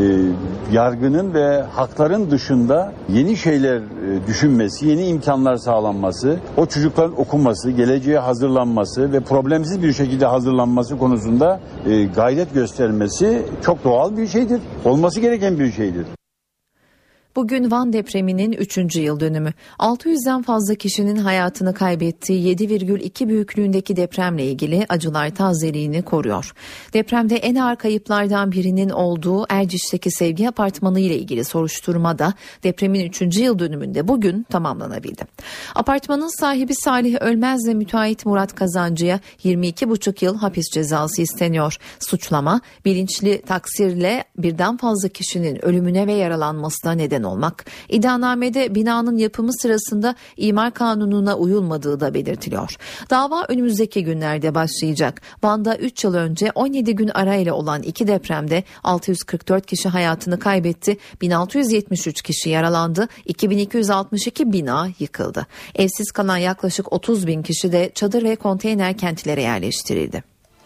yargının ve hakların dışında yeni şeyler düşünmesi, yeni imkanlar sağlanması, o çocukların okunması, geleceğe hazırlanması ve problemsiz bir şekilde hazırlanması konusunda gayret göstermesi çok doğal bir şeydir. Olması gereken bir şeydir. Bugün Van depreminin 3. yıl dönümü. 600'den fazla kişinin hayatını kaybettiği 7,2 büyüklüğündeki depremle ilgili acılar tazeliğini koruyor. Depremde en ağır kayıplardan birinin olduğu Erciş'teki Sevgi Apartmanı ile ilgili soruşturma da depremin 3. yıl dönümünde bugün tamamlanabildi. Apartmanın sahibi Salih Ölmez ve müteahhit Murat Kazancı'ya 22,5 yıl hapis cezası isteniyor. Suçlama, bilinçli taksirle birden fazla kişinin ölümüne ve yaralanmasına neden olmak. İddianamede binanın yapımı sırasında imar kanununa uyulmadığı da belirtiliyor. Dava önümüzdeki günlerde başlayacak. Van'da 3 yıl önce 17 gün arayla olan 2 depremde 644 kişi hayatını kaybetti, 1673 kişi yaralandı, 2262 bina yıkıldı. Evsiz kalan yaklaşık 30 bin kişi de çadır ve konteyner kentlere yerleştirildi.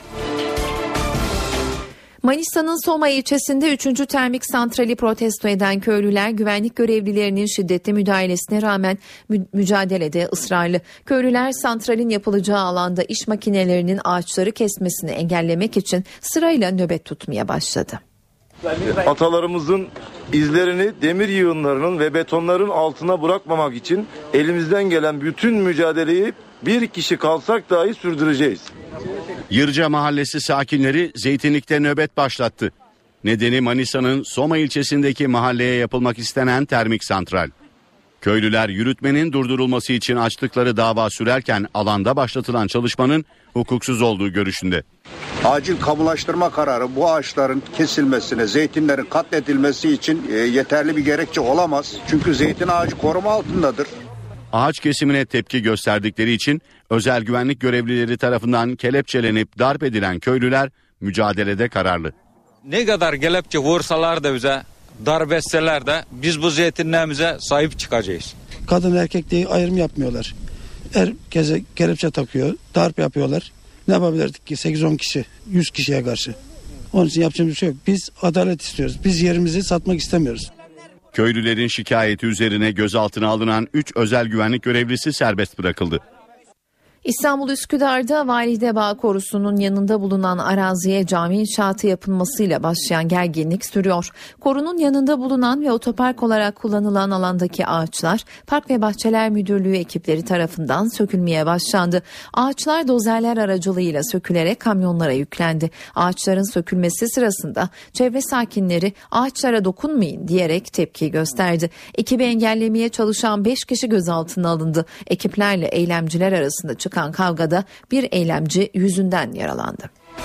Manisa'nın Soma ilçesinde 3. termik santrali protesto eden köylüler güvenlik görevlilerinin şiddetli müdahalesine rağmen mücadelede ısrarlı. Köylüler santralin yapılacağı alanda iş makinelerinin ağaçları kesmesini engellemek için sırayla nöbet tutmaya başladı. Atalarımızın izlerini demir yığınlarının ve betonların altına bırakmamak için elimizden gelen bütün mücadeleyi bir kişi kalsak dahi sürdüreceğiz. Yırca Mahallesi sakinleri Zeytinlik'te nöbet başlattı. Nedeni Manisa'nın Soma ilçesindeki mahalleye yapılmak istenen termik santral. Köylüler yürütmenin durdurulması için açtıkları dava sürerken alanda başlatılan çalışmanın hukuksuz olduğu görüşünde. Acil kamulaştırma kararı bu ağaçların kesilmesine, zeytinlerin katledilmesi için yeterli bir gerekçe olamaz. Çünkü zeytin ağacı koruma altındadır. Ağaç kesimine tepki gösterdikleri için özel güvenlik görevlileri tarafından kelepçelenip darp edilen köylüler mücadelede kararlı. Ne kadar kelepçe vursalar da bize, darp etseler de biz bu zeytinlerimize sahip çıkacağız. Kadın erkek diye ayrım yapmıyorlar. Herkese kelepçe takıyor, darp yapıyorlar. Ne yapabilirdik ki 8-10 kişi, 100 kişiye karşı. Onun için yapacağımız bir şey yok. Biz adalet istiyoruz. Biz yerimizi satmak istemiyoruz. Köylülerin şikayeti üzerine gözaltına alınan 3 özel güvenlik görevlisi serbest bırakıldı. İstanbul Üsküdar'da Validebağ Korusu'nun yanında bulunan araziye cami inşaatı yapılmasıyla başlayan gerginlik sürüyor. Korunun yanında bulunan ve otopark olarak kullanılan alandaki ağaçlar Park ve Bahçeler Müdürlüğü ekipleri tarafından sökülmeye başlandı. Ağaçlar dozerler aracılığıyla sökülerek kamyonlara yüklendi. Ağaçların sökülmesi sırasında çevre sakinleri ağaçlara dokunmayın diyerek tepki gösterdi. Ekibi engellemeye çalışan 5 kişi gözaltına alındı. Ekiplerle eylemciler arasında çıkan kavgada bir eylemci yüzünden yaralandı.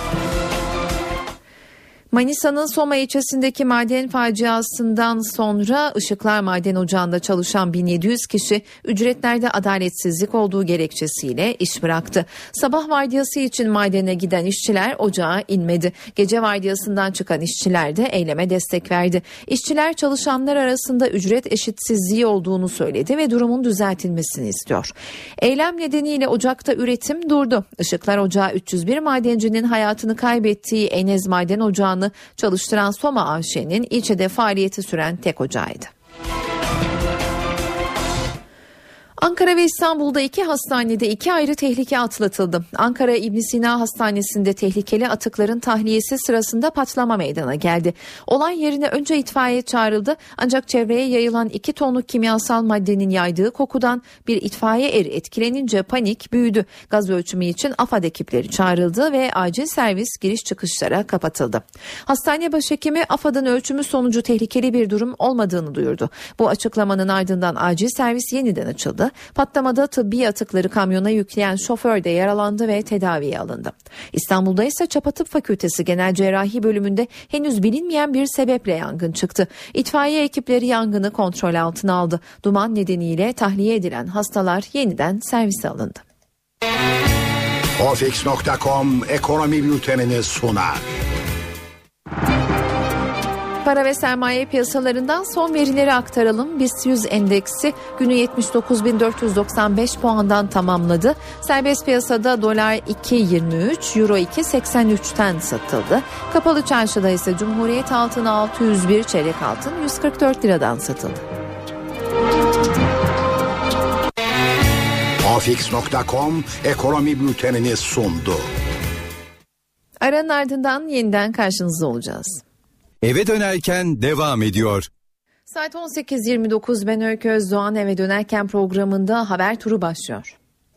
Manisa'nın Soma ilçesindeki maden faciasından sonra Işıklar Maden Ocağı'nda çalışan 1700 kişi ücretlerde adaletsizlik olduğu gerekçesiyle iş bıraktı. Sabah vardiyası için madene giden işçiler ocağa inmedi. Gece vardiyasından çıkan işçiler de eyleme destek verdi. İşçiler çalışanlar arasında ücret eşitsizliği olduğunu söyledi ve durumun düzeltilmesini istiyor. Eylem nedeniyle ocakta üretim durdu. Işıklar Ocağı 301 madencinin hayatını kaybettiği Enes Maden Ocağı'nı çalıştıran Soma AŞ'nin ilçede faaliyeti süren tek ocağıydı. Ankara ve İstanbul'da 2 hastanede 2 ayrı tehlike atlatıldı. Ankara İbn Sina Hastanesi'nde tehlikeli atıkların tahliyesi sırasında patlama meydana geldi. Olay yerine önce itfaiye çağrıldı ancak çevreye yayılan 2 tonluk kimyasal maddenin yaydığı kokudan bir itfaiye eri etkilenince panik büyüdü. Gaz ölçümü için AFAD ekipleri çağrıldı ve acil servis giriş çıkışlara kapatıldı. Hastane başhekimi AFAD'ın ölçümü sonucu tehlikeli bir durum olmadığını duyurdu. Bu açıklamanın ardından acil servis yeniden açıldı. Patlamada tıbbi atıkları kamyona yükleyen şoför de yaralandı ve tedaviye alındı. İstanbul'da ise Çapa Tıp Fakültesi Genel Cerrahi bölümünde henüz bilinmeyen bir sebeple yangın çıktı. İtfaiye ekipleri yangını kontrol altına aldı. Duman nedeniyle tahliye edilen hastalar yeniden servise alındı. Ofix.com ekonomi bültenini sunar. Para ve sermaye piyasalarından son verileri aktaralım. BIST 100 endeksi günü 79.495 puandan tamamladı. Serbest piyasada dolar 2.23, euro 2.83'ten satıldı. Kapalı çarşıda ise Cumhuriyet altını 601, çeyrek altın 144 liradan satıldı. Ofix.com ekonomi bültenini sundu. Aranın ardından yeniden karşınızda olacağız. Eve dönerken devam ediyor. Saat 18.29, ben Öykü Özdoğan. Eve dönerken programında haber turu başlıyor.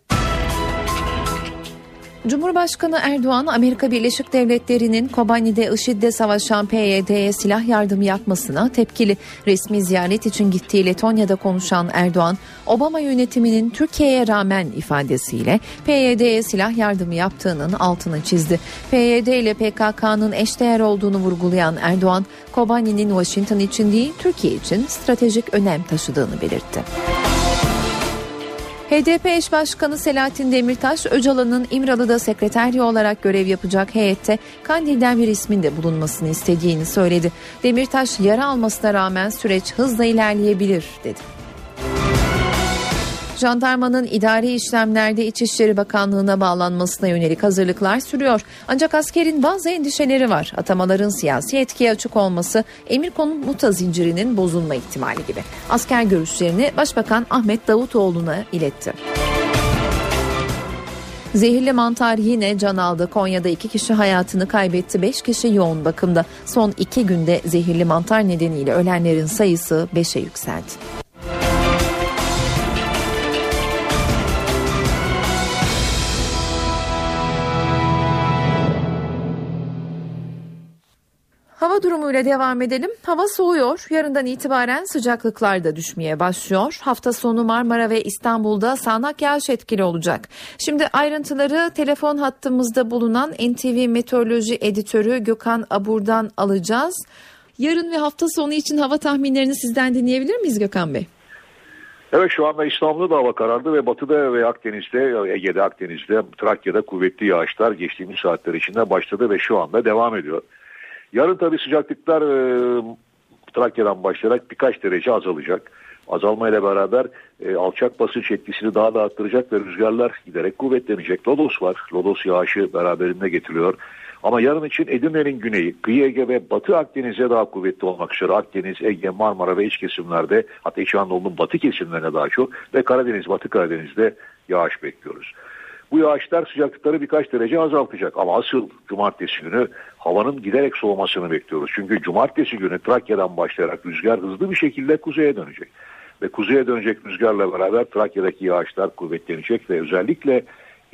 Cumhurbaşkanı Erdoğan, Amerika Birleşik Devletleri'nin Kobani'de IŞİD'le savaşan PYD'ye silah yardımı yapmasına tepkili. Resmi ziyaret için gittiği Letonya'da konuşan Erdoğan, Obama yönetiminin Türkiye'ye rağmen ifadesiyle PYD'ye silah yardımı yaptığının altını çizdi. PYD ile PKK'nın eşdeğer olduğunu vurgulayan Erdoğan, Kobani'nin Washington için değil Türkiye için stratejik önem taşıdığını belirtti. HDP eş başkanı Selahattin Demirtaş, Öcalan'ın İmralı'da sekreterya olarak görev yapacak heyette Kandil'den bir ismin de bulunmasını istediğini söyledi. Demirtaş, yara almasına rağmen süreç hızla ilerleyebilir dedi. Jandarmanın idari işlemlerde İçişleri Bakanlığı'na bağlanmasına yönelik hazırlıklar sürüyor. Ancak askerin bazı endişeleri var. Atamaların siyasi etkiye açık olması, emir komuta zincirinin bozulma ihtimali gibi. Asker görüşlerini Başbakan Ahmet Davutoğlu'na iletti. Zehirli mantar yine can aldı. Konya'da 2 kişi hayatını kaybetti, 5 kişi yoğun bakımda. Son 2 günde zehirli mantar nedeniyle ölenlerin sayısı 5'e yükseldi. Hava durumuyla devam edelim. Hava soğuyor. Yarından itibaren sıcaklıklar da düşmeye başlıyor. Hafta sonu Marmara ve İstanbul'da sağanak yağış etkili olacak. Şimdi ayrıntıları telefon hattımızda bulunan NTV Meteoroloji Editörü Gökhan Abur'dan alacağız. Yarın ve hafta sonu için hava tahminlerini sizden dinleyebilir miyiz Gökhan Bey? Evet, şu anda İstanbul'da da hava karardı ve batıda ve Akdeniz'de, Ege'de, Akdeniz'de, Trakya'da kuvvetli yağışlar geçtiğimiz saatler içinde başladı ve şu anda devam ediyor. Yarın tabii sıcaklıklar Trakya'dan başlayarak birkaç derece azalacak. Azalmayla beraber alçak basınç etkisini daha da arttıracak ve rüzgarlar giderek kuvvetlenecek. Lodos var. Lodos yağışı beraberinde getiriyor. Ama yarın için Edirne'nin güneyi, kıyı Ege ve Batı Akdeniz'e daha kuvvetli olmak üzere Akdeniz, Ege, Marmara ve iç kesimlerde, hatta İç Anadolu'nun batı kesimlerine daha çok ve Karadeniz, Batı Karadeniz'de yağış bekliyoruz. Bu yağışlar sıcaklıkları birkaç derece azaltacak. Ama asıl cumartesi günü havanın giderek soğumasını bekliyoruz. Çünkü cumartesi günü Trakya'dan başlayarak rüzgar hızlı bir şekilde kuzeye dönecek. Ve kuzeye dönecek rüzgarla beraber Trakya'daki yağışlar kuvvetlenecek ve özellikle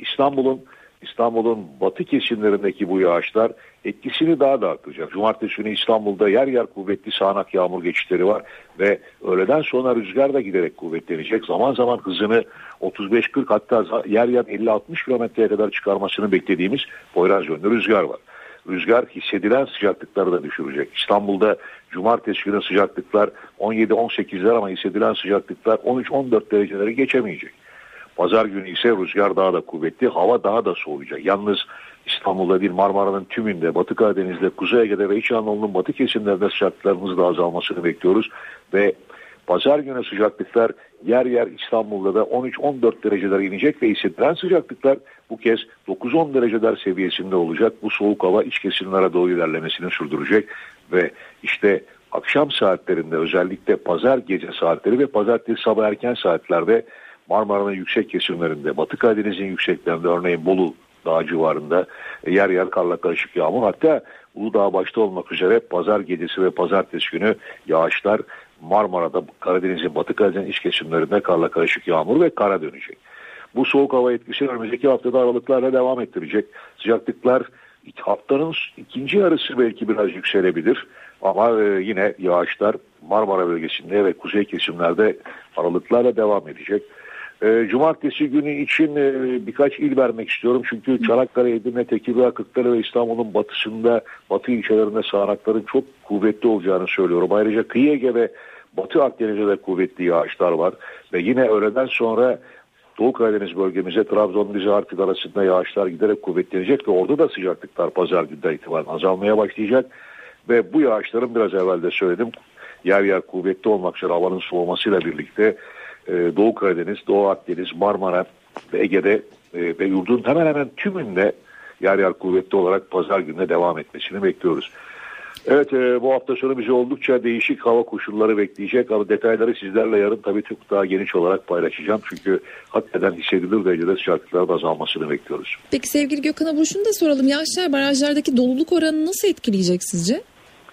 İstanbul'un batı kesimlerindeki bu yağışlar etkisini daha da arttıracak. Cumartesi günü İstanbul'da yer yer kuvvetli sağanak yağmur geçişleri var ve öğleden sonra rüzgar da giderek kuvvetlenecek. Zaman zaman hızını 35-40 hatta yer yer 50-60 kilometreye kadar çıkarmasını beklediğimiz Poyraz yönlü rüzgar var. Rüzgar hissedilen sıcaklıkları da düşürecek. İstanbul'da cumartesi günü sıcaklıklar 17-18'ler ama hissedilen sıcaklıklar 13-14 dereceleri geçemeyecek. Pazar günü ise rüzgar daha da kuvvetli, hava daha da soğuyacak. Yalnız İstanbul'da değil, Marmara'nın tümünde, Batı Karadeniz'de, Kuzey Ege'de ve İç Anadolu'nun batı kesimlerinde sıcaklıklarımız da azalmasını bekliyoruz. Ve pazar günü sıcaklıklar yer yer İstanbul'da da 13-14 derecelere inecek ve hissedilen sıcaklıklar bu kez 9-10 dereceler seviyesinde olacak. Bu soğuk hava iç kesimlere doğru ilerlemesini sürdürecek ve işte akşam saatlerinde özellikle pazar gece saatleri ve pazartesi sabah erken saatlerde Marmara'nın yüksek kesimlerinde, Batı Karadeniz'in yükseklerinde örneğin Bolu Dağı civarında yer yer karla karışık yağmur. Hatta Uludağ başta olmak üzere pazar gecesi ve pazartesi günü yağışlar Marmara'da, Karadeniz'in, Batı Karadeniz'in iç kesimlerinde karla karışık yağmur ve kara dönecek. Bu soğuk hava etkisi önümüzdeki haftada aralıklarla devam ettirecek. Sıcaklıklar haftanın ikinci yarısı belki biraz yükselebilir. Ama yine yağışlar Marmara bölgesinde ve kuzey kesimlerde aralıklarla devam edecek. Cumartesi günü için birkaç il vermek istiyorum. Çünkü Çanakkale, Edirne, Tekirdağ, Kırklareli ve İstanbul'un batısında, batı ilçelerinde sağanakların çok kuvvetli olacağını söylüyorum. Ayrıca Kıyı Ege ve Batı Akdeniz'de de kuvvetli yağışlar var. Ve yine öğleden sonra Doğu Karadeniz bölgemize, Trabzon, Rize, Artvin arasında yağışlar giderek kuvvetlenecek ve orada da sıcaklıklar pazar günden itibaren azalmaya başlayacak. Ve bu yağışların biraz evvel de söyledim, yer yer kuvvetli olmak üzere havanın soğumasıyla birlikte Doğu Karadeniz, Doğu Akdeniz, Marmara ve Ege'de ve yurdun hemen hemen tümünde yer yer kuvvetli olarak pazar gününe devam etmesini bekliyoruz. Evet, bu hafta sonu bizi oldukça değişik hava koşulları bekleyecek ama detayları sizlerle yarın tabii çok daha geniş olarak paylaşacağım. Çünkü hakikaten hissedilir derecede sıcaklıkların azalmasını bekliyoruz. Peki sevgili Gökhan Abur, şunu da soralım. Yağışlar barajlardaki doluluk oranını nasıl etkileyecek sizce?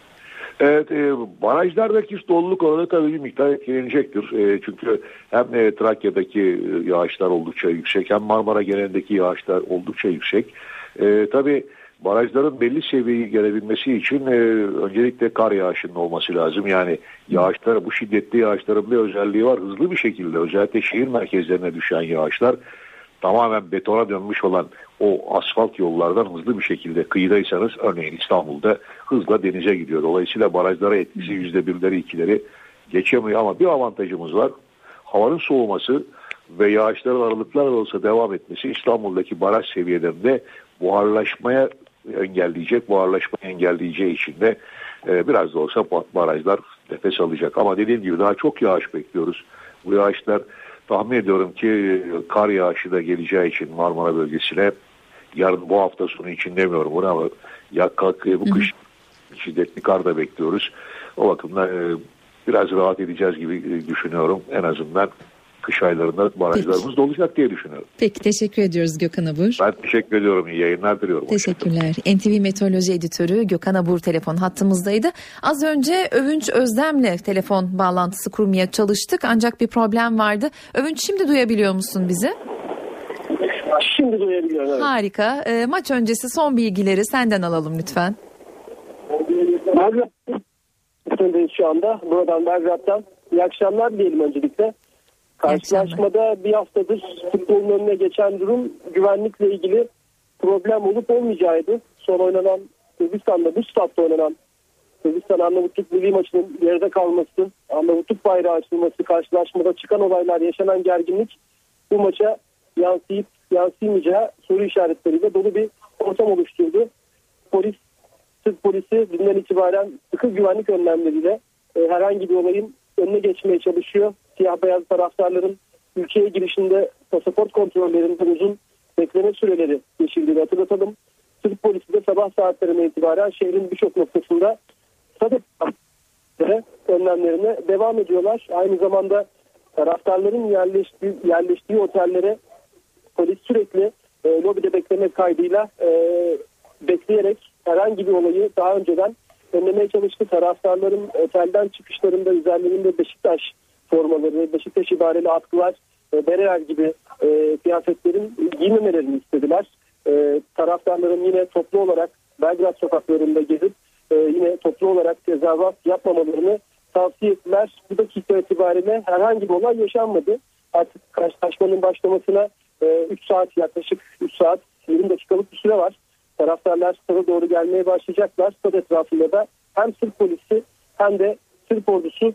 Evet, barajlardaki doluluk oranı tabii bir miktar etkilenecektir. Çünkü hem Trakya'daki yağışlar oldukça yüksek hem Marmara genelindeki yağışlar oldukça yüksek. Tabii barajların belli seviyeyi gelebilmesi için öncelikle kar yağışının olması lazım. Yani yağışlar, bu şiddetli yağışların bir özelliği var. Hızlı bir şekilde özellikle şehir merkezlerine düşen yağışlar tamamen betona dönmüş olan o asfalt yollardan hızlı bir şekilde kıyıdaysanız örneğin İstanbul'da hızla denize gidiyor. Dolayısıyla barajlara etkisi %1'leri 2'leri geçemiyor ama bir avantajımız var. Havanın soğuması ve yağışların aralıklarla olsa devam etmesi İstanbul'daki baraj seviyelerinde buharlaşmayı engelleyeceği için de biraz da olsa barajlar nefes alacak. Ama dediğim gibi daha çok yağış bekliyoruz. Bu yağışlar tahmin ediyorum ki kar yağışı da geleceği için Marmara bölgesine yarın bu hafta sonu için demiyorum bunu ama bu kış şiddetli kar da bekliyoruz. O bakımdan biraz rahat edeceğiz gibi düşünüyorum. En azından kış aylarında barajlarımız dolacak diye düşünüyorum. Peki, teşekkür ediyoruz Gökhan Abur. Ben teşekkür ediyorum. İyi yayınlar diliyorum. Teşekkürler. NTV Meteoroloji Editörü Gökhan Abur telefon hattımızdaydı. Az önce Övünç Özdem'le telefon bağlantısı kurmaya çalıştık ancak bir problem vardı. Övünç, şimdi duyabiliyor musun bizi? Şimdi duyabiliyorum. Evet. Harika. Maç öncesi son bilgileri senden alalım lütfen. Belgrad'dayız şu anda. Buradan Belgrad'dan. İyi akşamlar diyelim öncelikle. Karşılaşmada bir haftadır futbolun önüne geçen durum güvenlikle ilgili problem olup olmayacağıydı. Son oynanan Sırbistan'da, bu statta oynanan Sırbistan-Arnavutluk milli maçının geride kalması, Arnavutluk bayrağı açılması, karşılaşmada çıkan olaylar, yaşanan gerginlik bu maça yansıyıp yansıyamayacağı soru işaretleriyle dolu bir ortam oluşturdu. Türk polisi dünden itibaren sıkı güvenlik önlemleriyle herhangi bir olayın önüne geçmeye çalışıyor. Siyah beyaz taraftarların ülkeye girişinde pasaport kontrollerinde uzun bekleme süreleri geçildiğini hatırlatalım. Türk polisi de sabah saatlerine itibaren şehrin birçok noktasında önlemlerine devam ediyorlar. Aynı zamanda taraftarların yerleştiği otellere polis sürekli lobide beklemek kaydıyla bekleyerek herhangi bir olayı daha önceden önlemeye çalıştı. Taraftarların otelden çıkışlarında üzerlerinde Beşiktaş formaları, Beşiktaş ibareli atkılar, bereler gibi kıyafetlerin giymemelerini istediler. Taraftarların yine toplu olarak Belgrad sokaklarında gezip yine toplu olarak tezahürat yapmamalarını tavsiye ettiler. Bu dakika itibariyle herhangi bir olay yaşanmadı. Artık karşılaşmanın başlamasına 3 saat, yaklaşık 3 saat 20 dakikalık bir süre var. Taraftarlar stada doğru gelmeye başlayacaklar. Stad etrafında da hem Sırp polisi hem de Sırp ordusu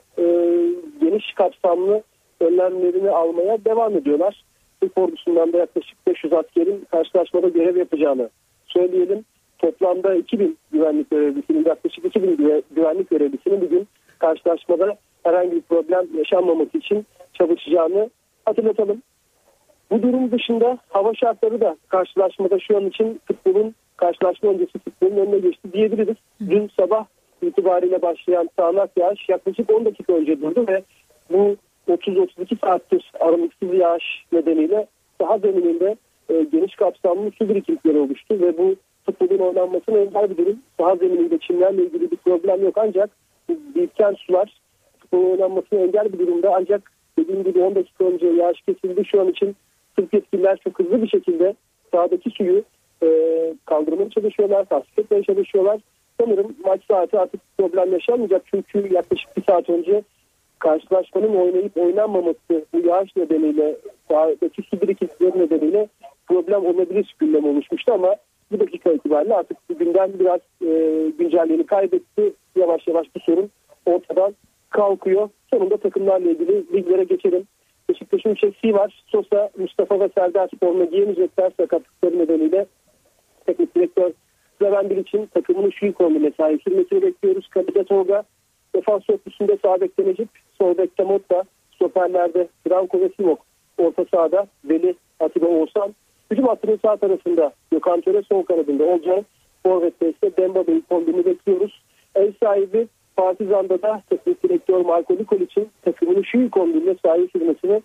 geniş kapsamlı önlemlerini almaya devam ediyorlar. Sırp ordusundan da yaklaşık 500 askerin karşılaşmada görev yapacağını söyleyelim. Toplamda 2000 güvenlik görevlisinin, yaklaşık 2000 güvenlik görevlisinin bugün karşılaşmada herhangi bir problem yaşanmaması için çalışacağını hatırlatalım. Bu durum dışında hava şartları da karşılaşmada şu an için futbolun, karşılaşma öncesi futbolun önüne geçti diyebiliriz. Dün sabah itibariyle başlayan sağanak yağış yaklaşık 10 dakika önce durdu ve bu 30-32 saattir aralıksız yağış nedeniyle saha zemininde geniş kapsamlı su birikintileri oluştu ve bu futbolun oynanmasına engel bir durum. Saha zemininde çimlerle ilgili bir problem yok, ancak biriken sular futbolun oynanmasına engel bir durumda. Ancak dediğim gibi 10 dakika önce yağış kesildi. Şu an için Sırp yetkililer çok hızlı bir şekilde sahadaki suyu kaldırmaya çalışıyorlar, tasfiye etmeye çalışıyorlar. Sanırım maç saati artık problem yaşanmayacak, çünkü yaklaşık bir saat önce karşılaşmanın oynayıp oynanmaması bu yağış nedeniyle, sahadaki su birikintileri nedeniyle problem olabilir gündem oluşmuştu, ama bu dakika itibariyle artık gündem biraz güncelliğini kaybetti. Yavaş yavaş bu sorun ortadan kalkıyor. Sonunda takımlarla ilgili liglere geçelim. Beşiktaş'ın 3 eksiği var. Sosa, Mustafa ve Serdar forma giyemeyecekler sakatlıkları nedeniyle. Teknik direktör Slaven Bilic'in takımının şu ilk 11'e mesai sürmesini bekliyoruz. Kalede Tolga, defans örtüsünde sağ bekte Necip, sol bekte Motta, stoperlerde Branko ve Simok, orta sahada Veli, Atiba, Oğuzhan. Hücum hattının sağ tarafında Gökhan Töre, sol kanadında Olcay, forvette ise Demba Bey'i kombini bekliyoruz. Ev sahibi Partizan'da da teknik direktör Marko Nikolic'in takımının şu ilk 11'e sahip sürmesini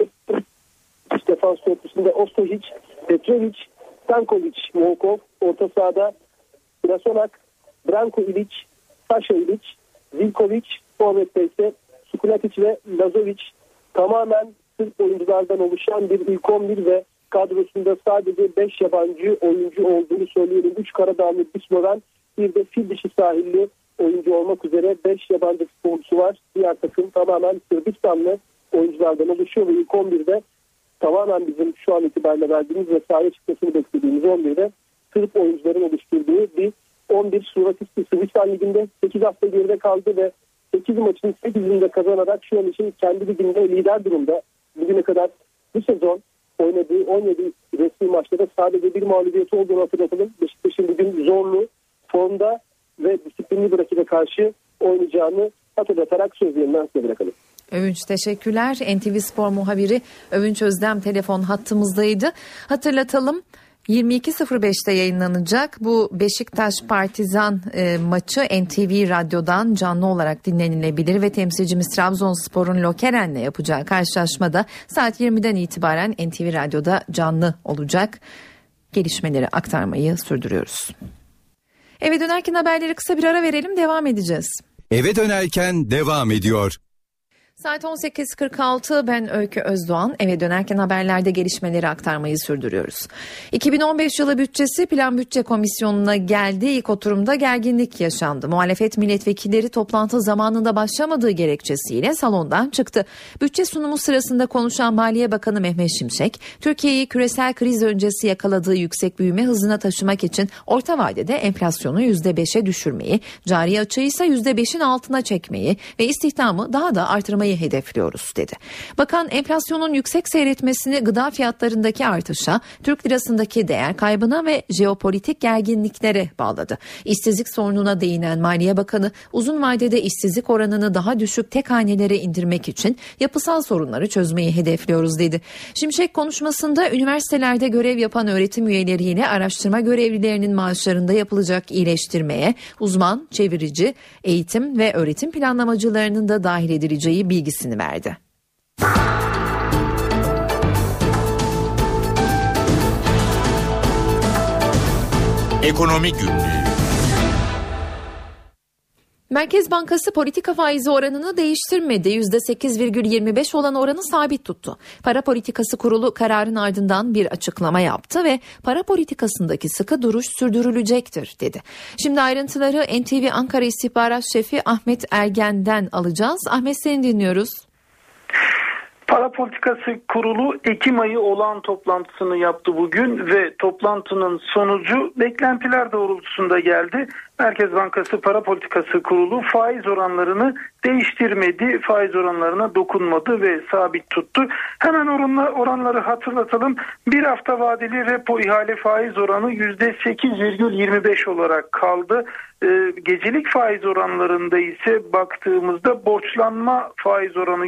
defans örtüsünde Ostojic, Petrovic, Stankovic, Volkov, orta sahada Krasonak, Branko Ilic, Saša Ilic, Zivkovic, forvette ise Sukulatic ve Lazovic. Tamamen Sırp oyunculardan oluşan bir ilk 11 ve kadrosunda sadece 5 yabancı oyuncu olduğunu söyleyelim. 3 Karadağlı, bir Sloven, bir de fil dişi sahilli oyuncu olmak üzere 5 yabancı futbolcusu var. Diğer takım tamamen Sırbistanlı oyunculardan oluşuyor ve ilk 11'de tamamen bizim şu an itibariyle verdiğimiz ve sahaya çıkmasını beklediğimiz 11'de Sırp oyuncuların oluşturduğu bir 11 Suratisti. Sırbistan Ligi'nde 8 hafta geride kaldı ve 8 maçın 8'inde kazanarak şu an için kendi liginde lider durumda. Bugüne kadar bu sezon oynadığı 17 resmi maçta da sadece bir mağlubiyeti olduğunu hatırlatalım. Beşiktaş'ın bugün zorlu, formda ve disiplinli bir rakibe karşı oynayacağını hatırlatarak sözlerinden size bırakalım. Övünç, teşekkürler. NTV Spor muhabiri Övünç Özdem telefon hattımızdaydı. Hatırlatalım, 22.05'te yayınlanacak bu Beşiktaş Partizan maçı NTV Radyo'dan canlı olarak dinlenilebilir ve temsilcimiz Trabzonspor'un Lokeren'le yapacağı karşılaşmada saat 20'den itibaren NTV Radyo'da canlı olacak. Gelişmeleri aktarmayı sürdürüyoruz. Eve dönerken haberleri kısa bir ara verelim, devam edeceğiz. Eve dönerken devam ediyor. Saat 18.46, ben Öykü Özdoğan. Eve dönerken haberlerde gelişmeleri aktarmayı sürdürüyoruz. 2015 yılı bütçesi Plan Bütçe Komisyonu'na geldi. İlk oturumda gerginlik yaşandı. Muhalefet milletvekilleri toplantı zamanında başlamadığı gerekçesiyle salondan çıktı. Bütçe sunumu sırasında konuşan Maliye Bakanı Mehmet Şimşek, Türkiye'yi küresel kriz öncesi yakaladığı yüksek büyüme hızına taşımak için orta vadede enflasyonu %5'e düşürmeyi, cari açığı ise %5'in altına çekmeyi ve istihdamı daha da artırmayı hedefliyoruz dedi. Bakan enflasyonun yüksek seyretmesini gıda fiyatlarındaki artışa, Türk lirasındaki değer kaybına ve jeopolitik gerginliklere bağladı. İşsizlik sorununa değinen Maliye Bakanı, uzun vadede işsizlik oranını daha düşük tek hanelere indirmek için yapısal sorunları çözmeyi hedefliyoruz dedi. Şimşek konuşmasında üniversitelerde görev yapan öğretim üyeleriyle araştırma görevlilerinin maaşlarında yapılacak iyileştirmeye, uzman, çevirici, eğitim ve öğretim planlamacılarının da dahil edileceği bilgisini verdi. Ekonomi Günlüğü. Merkez Bankası politika faizi oranını değiştirmedi. %8,25 olan oranı sabit tuttu. Para Politikası Kurulu kararın ardından bir açıklama yaptı ve para politikasındaki sıkı duruş sürdürülecektir dedi. Şimdi ayrıntıları NTV Ankara İstihbarat Şefi Ahmet Ergen'den alacağız. Ahmet, seni dinliyoruz. Para Politikası Kurulu Ekim ayı olağan toplantısını yaptı bugün ve toplantının sonucu beklentiler doğrultusunda geldi. Merkez Bankası Para Politikası Kurulu faiz oranlarını değiştirmedi, faiz oranlarına dokunmadı ve sabit tuttu. Hemen oranları hatırlatalım. Bir hafta vadeli repo ihale faiz oranı %8,25 olarak kaldı. Gecelik faiz oranlarında ise baktığımızda borçlanma faiz oranı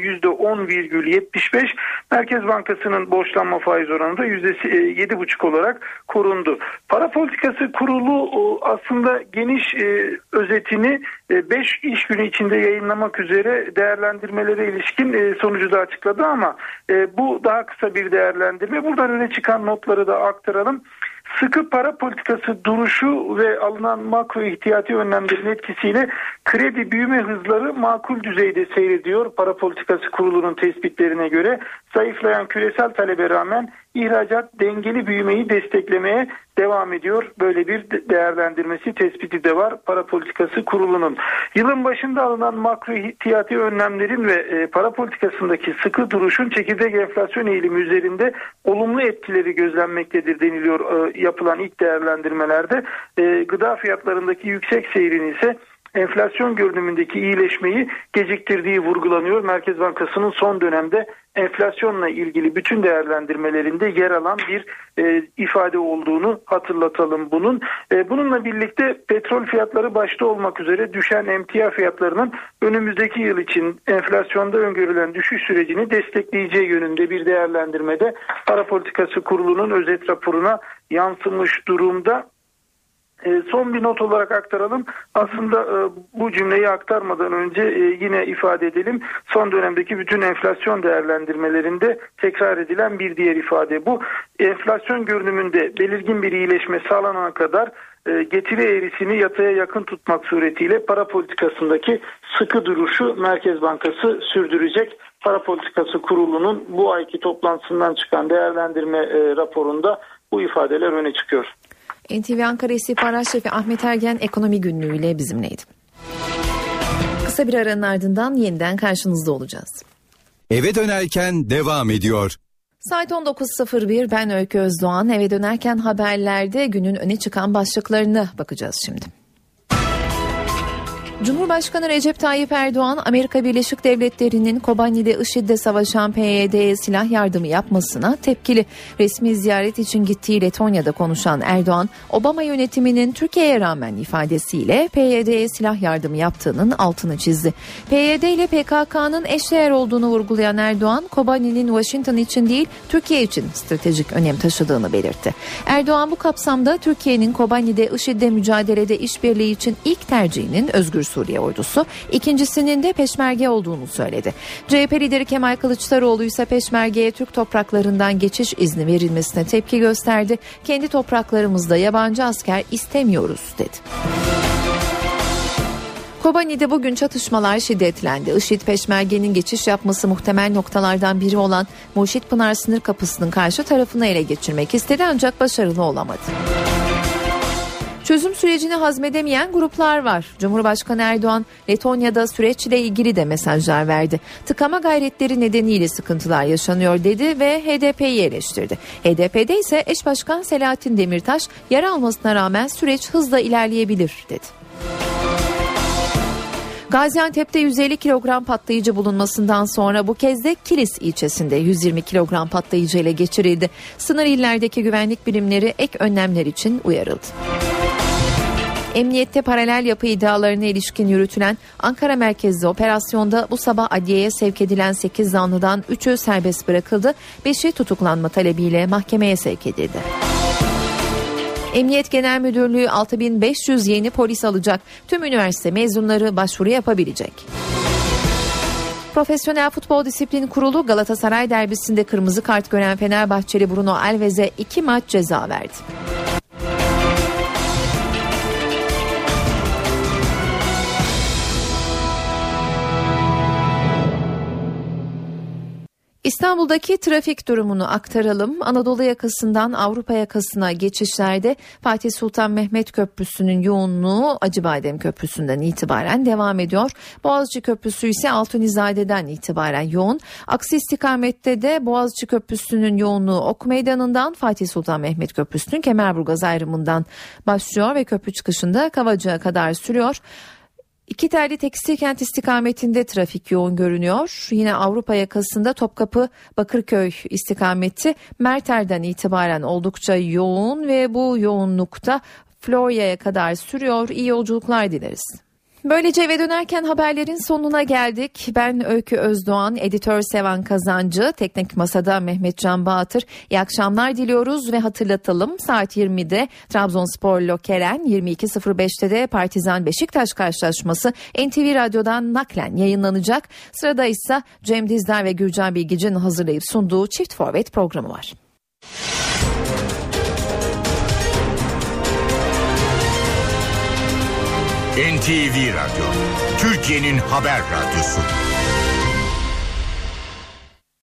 %10,75. Merkez Bankası'nın borçlanma faiz oranı da %7,5 olarak korundu. Para Politikası Kurulu aslında geniş özetini 5 iş günü içinde yayınlamak üzere değerlendirmelere ilişkin sonucu da açıkladı ama bu daha kısa bir değerlendirme. Buradan öne çıkan notları da aktaralım. Sıkı para politikası duruşu ve alınan makro ihtiyati önlemlerin etkisiyle kredi büyüme hızları makul düzeyde seyrediyor. Para Politikası Kurulu'nun tespitlerine göre zayıflayan küresel talebe rağmen ihracat dengeli büyümeyi desteklemeye devam ediyor. Böyle bir değerlendirmesi, tespiti de var Para Politikası Kurulu'nun. Yılın başında alınan makro ihtiyati önlemlerin ve para politikasındaki sıkı duruşun çekirdek enflasyon eğilimi üzerinde olumlu etkileri gözlenmektedir deniliyor yapılan ilk değerlendirmelerde. Gıda fiyatlarındaki yüksek seyrin ise enflasyon görünümündeki iyileşmeyi geciktirdiği vurgulanıyor. Merkez Bankası'nın son dönemde enflasyonla ilgili bütün değerlendirmelerinde yer alan bir ifade olduğunu hatırlatalım bunun. Bununla birlikte petrol fiyatları başta olmak üzere düşen emtia fiyatlarının önümüzdeki yıl için enflasyonda öngörülen düşüş sürecini destekleyeceği yönünde bir değerlendirmede Para Politikası Kurulu'nun özet raporuna yansımış durumda. Son bir not olarak aktaralım. Aslında bu cümleyi aktarmadan önce yine ifade edelim. Son dönemdeki bütün enflasyon değerlendirmelerinde tekrar edilen bir diğer ifade bu. Enflasyon görünümünde belirgin bir iyileşme sağlanana kadar getiri eğrisini yataya yakın tutmak suretiyle para politikasındaki sıkı duruşu Merkez Bankası sürdürecek. Para Politikası Kurulu'nun bu ayki toplantısından çıkan değerlendirme raporunda bu ifadeler öne çıkıyor. NTV Ankara İstihbarat Şefi Ahmet Ergen Ekonomi Günlüğü ile bizimleydi. Kısa bir aranın ardından yeniden karşınızda olacağız. Eve dönerken devam ediyor. Saat 19.01, ben Öykü Özdoğan. Eve dönerken haberlerde günün öne çıkan başlıklarına bakacağız şimdi. Cumhurbaşkanı Recep Tayyip Erdoğan, Amerika Birleşik Devletleri'nin Kobani'de IŞİD'le savaşan PYD'ye silah yardımı yapmasına tepkili. Resmi ziyaret için gittiği Letonya'da konuşan Erdoğan, Obama yönetiminin Türkiye'ye rağmen ifadesiyle PYD'ye silah yardımı yaptığının altını çizdi. PYD ile PKK'nın eşdeğer olduğunu vurgulayan Erdoğan, Kobani'nin Washington için değil Türkiye için stratejik önem taşıdığını belirtti. Erdoğan bu kapsamda Türkiye'nin Kobani'de IŞİD'le mücadelede işbirliği için ilk tercihinin Özgür Suriye ordusu, ikincisinin de Peşmerge olduğunu söyledi. CHP lideri Kemal Kılıçdaroğlu ise Peşmerge'ye Türk topraklarından geçiş izni verilmesine tepki gösterdi. Kendi topraklarımızda yabancı asker istemiyoruz dedi. Kobani'de bugün çatışmalar şiddetlendi. IŞİD Peşmerge'nin geçiş yapması muhtemel noktalardan biri olan Murşitpınar sınır kapısının karşı tarafını ele geçirmek istedi ancak başarılı olamadı. Çözüm sürecini hazmedemeyen gruplar var. Cumhurbaşkanı Erdoğan, Letonya'da süreçle ilgili de mesajlar verdi. Tıkama gayretleri nedeniyle sıkıntılar yaşanıyor dedi ve HDP'yi eleştirdi. HDP'de ise eş başkan Selahattin Demirtaş, yara almasına rağmen süreç hızla ilerleyebilir dedi. Gaziantep'te 150 kilogram patlayıcı bulunmasından sonra bu kez de Kilis ilçesinde 120 kilogram patlayıcı ele geçirildi. Sınır illerdeki güvenlik birimleri ek önlemler için uyarıldı. Emniyette paralel yapı iddialarına ilişkin yürütülen Ankara merkezli operasyonda bu sabah adliyeye sevk edilen 8 zanlıdan 3'ü serbest bırakıldı, 5'i tutuklanma talebiyle mahkemeye sevk edildi. Emniyet Genel Müdürlüğü 6500 yeni polis alacak. Tüm üniversite mezunları başvuru yapabilecek. Profesyonel Futbol Disiplin Kurulu Galatasaray derbisinde kırmızı kart gören Fenerbahçeli Bruno Alves'e 2 maç ceza verdi. İstanbul'daki trafik durumunu aktaralım. Anadolu yakasından Avrupa yakasına geçişlerde Fatih Sultan Mehmet Köprüsü'nün yoğunluğu Acıbadem Köprüsü'nden itibaren devam ediyor. Boğaziçi Köprüsü ise Altunizade'den itibaren yoğun. Aksi istikamette de Boğaziçi Köprüsü'nün yoğunluğu Ok Meydanı'ndan Fatih Sultan Mehmet Köprüsü'nün Kemerburgaz ayrımından başlıyor ve köprü çıkışında Kavacık'a kadar sürüyor. İkitelli Tekstilkent istikametinde trafik yoğun görünüyor. Yine Avrupa yakasında Topkapı Bakırköy istikameti Merter'den itibaren oldukça yoğun ve bu yoğunlukta Florya'ya kadar sürüyor. İyi yolculuklar dileriz. Böylece eve dönerken haberlerin sonuna geldik. Ben Öykü Özdoğan, editör Sevan Kazancı, teknik masada Mehmet Can Bağatır. İyi akşamlar diliyoruz ve hatırlatalım. Saat 20'de Trabzonspor Lokeren, 22.05'te de Partizan Beşiktaş karşılaşması NTV Radyo'dan naklen yayınlanacak. Sırada ise Cem Dizdar ve Gürcan Bilgici'nin hazırlayıp sunduğu Çift Forvet programı var. NTV Radyo, Türkiye'nin haber radyosu.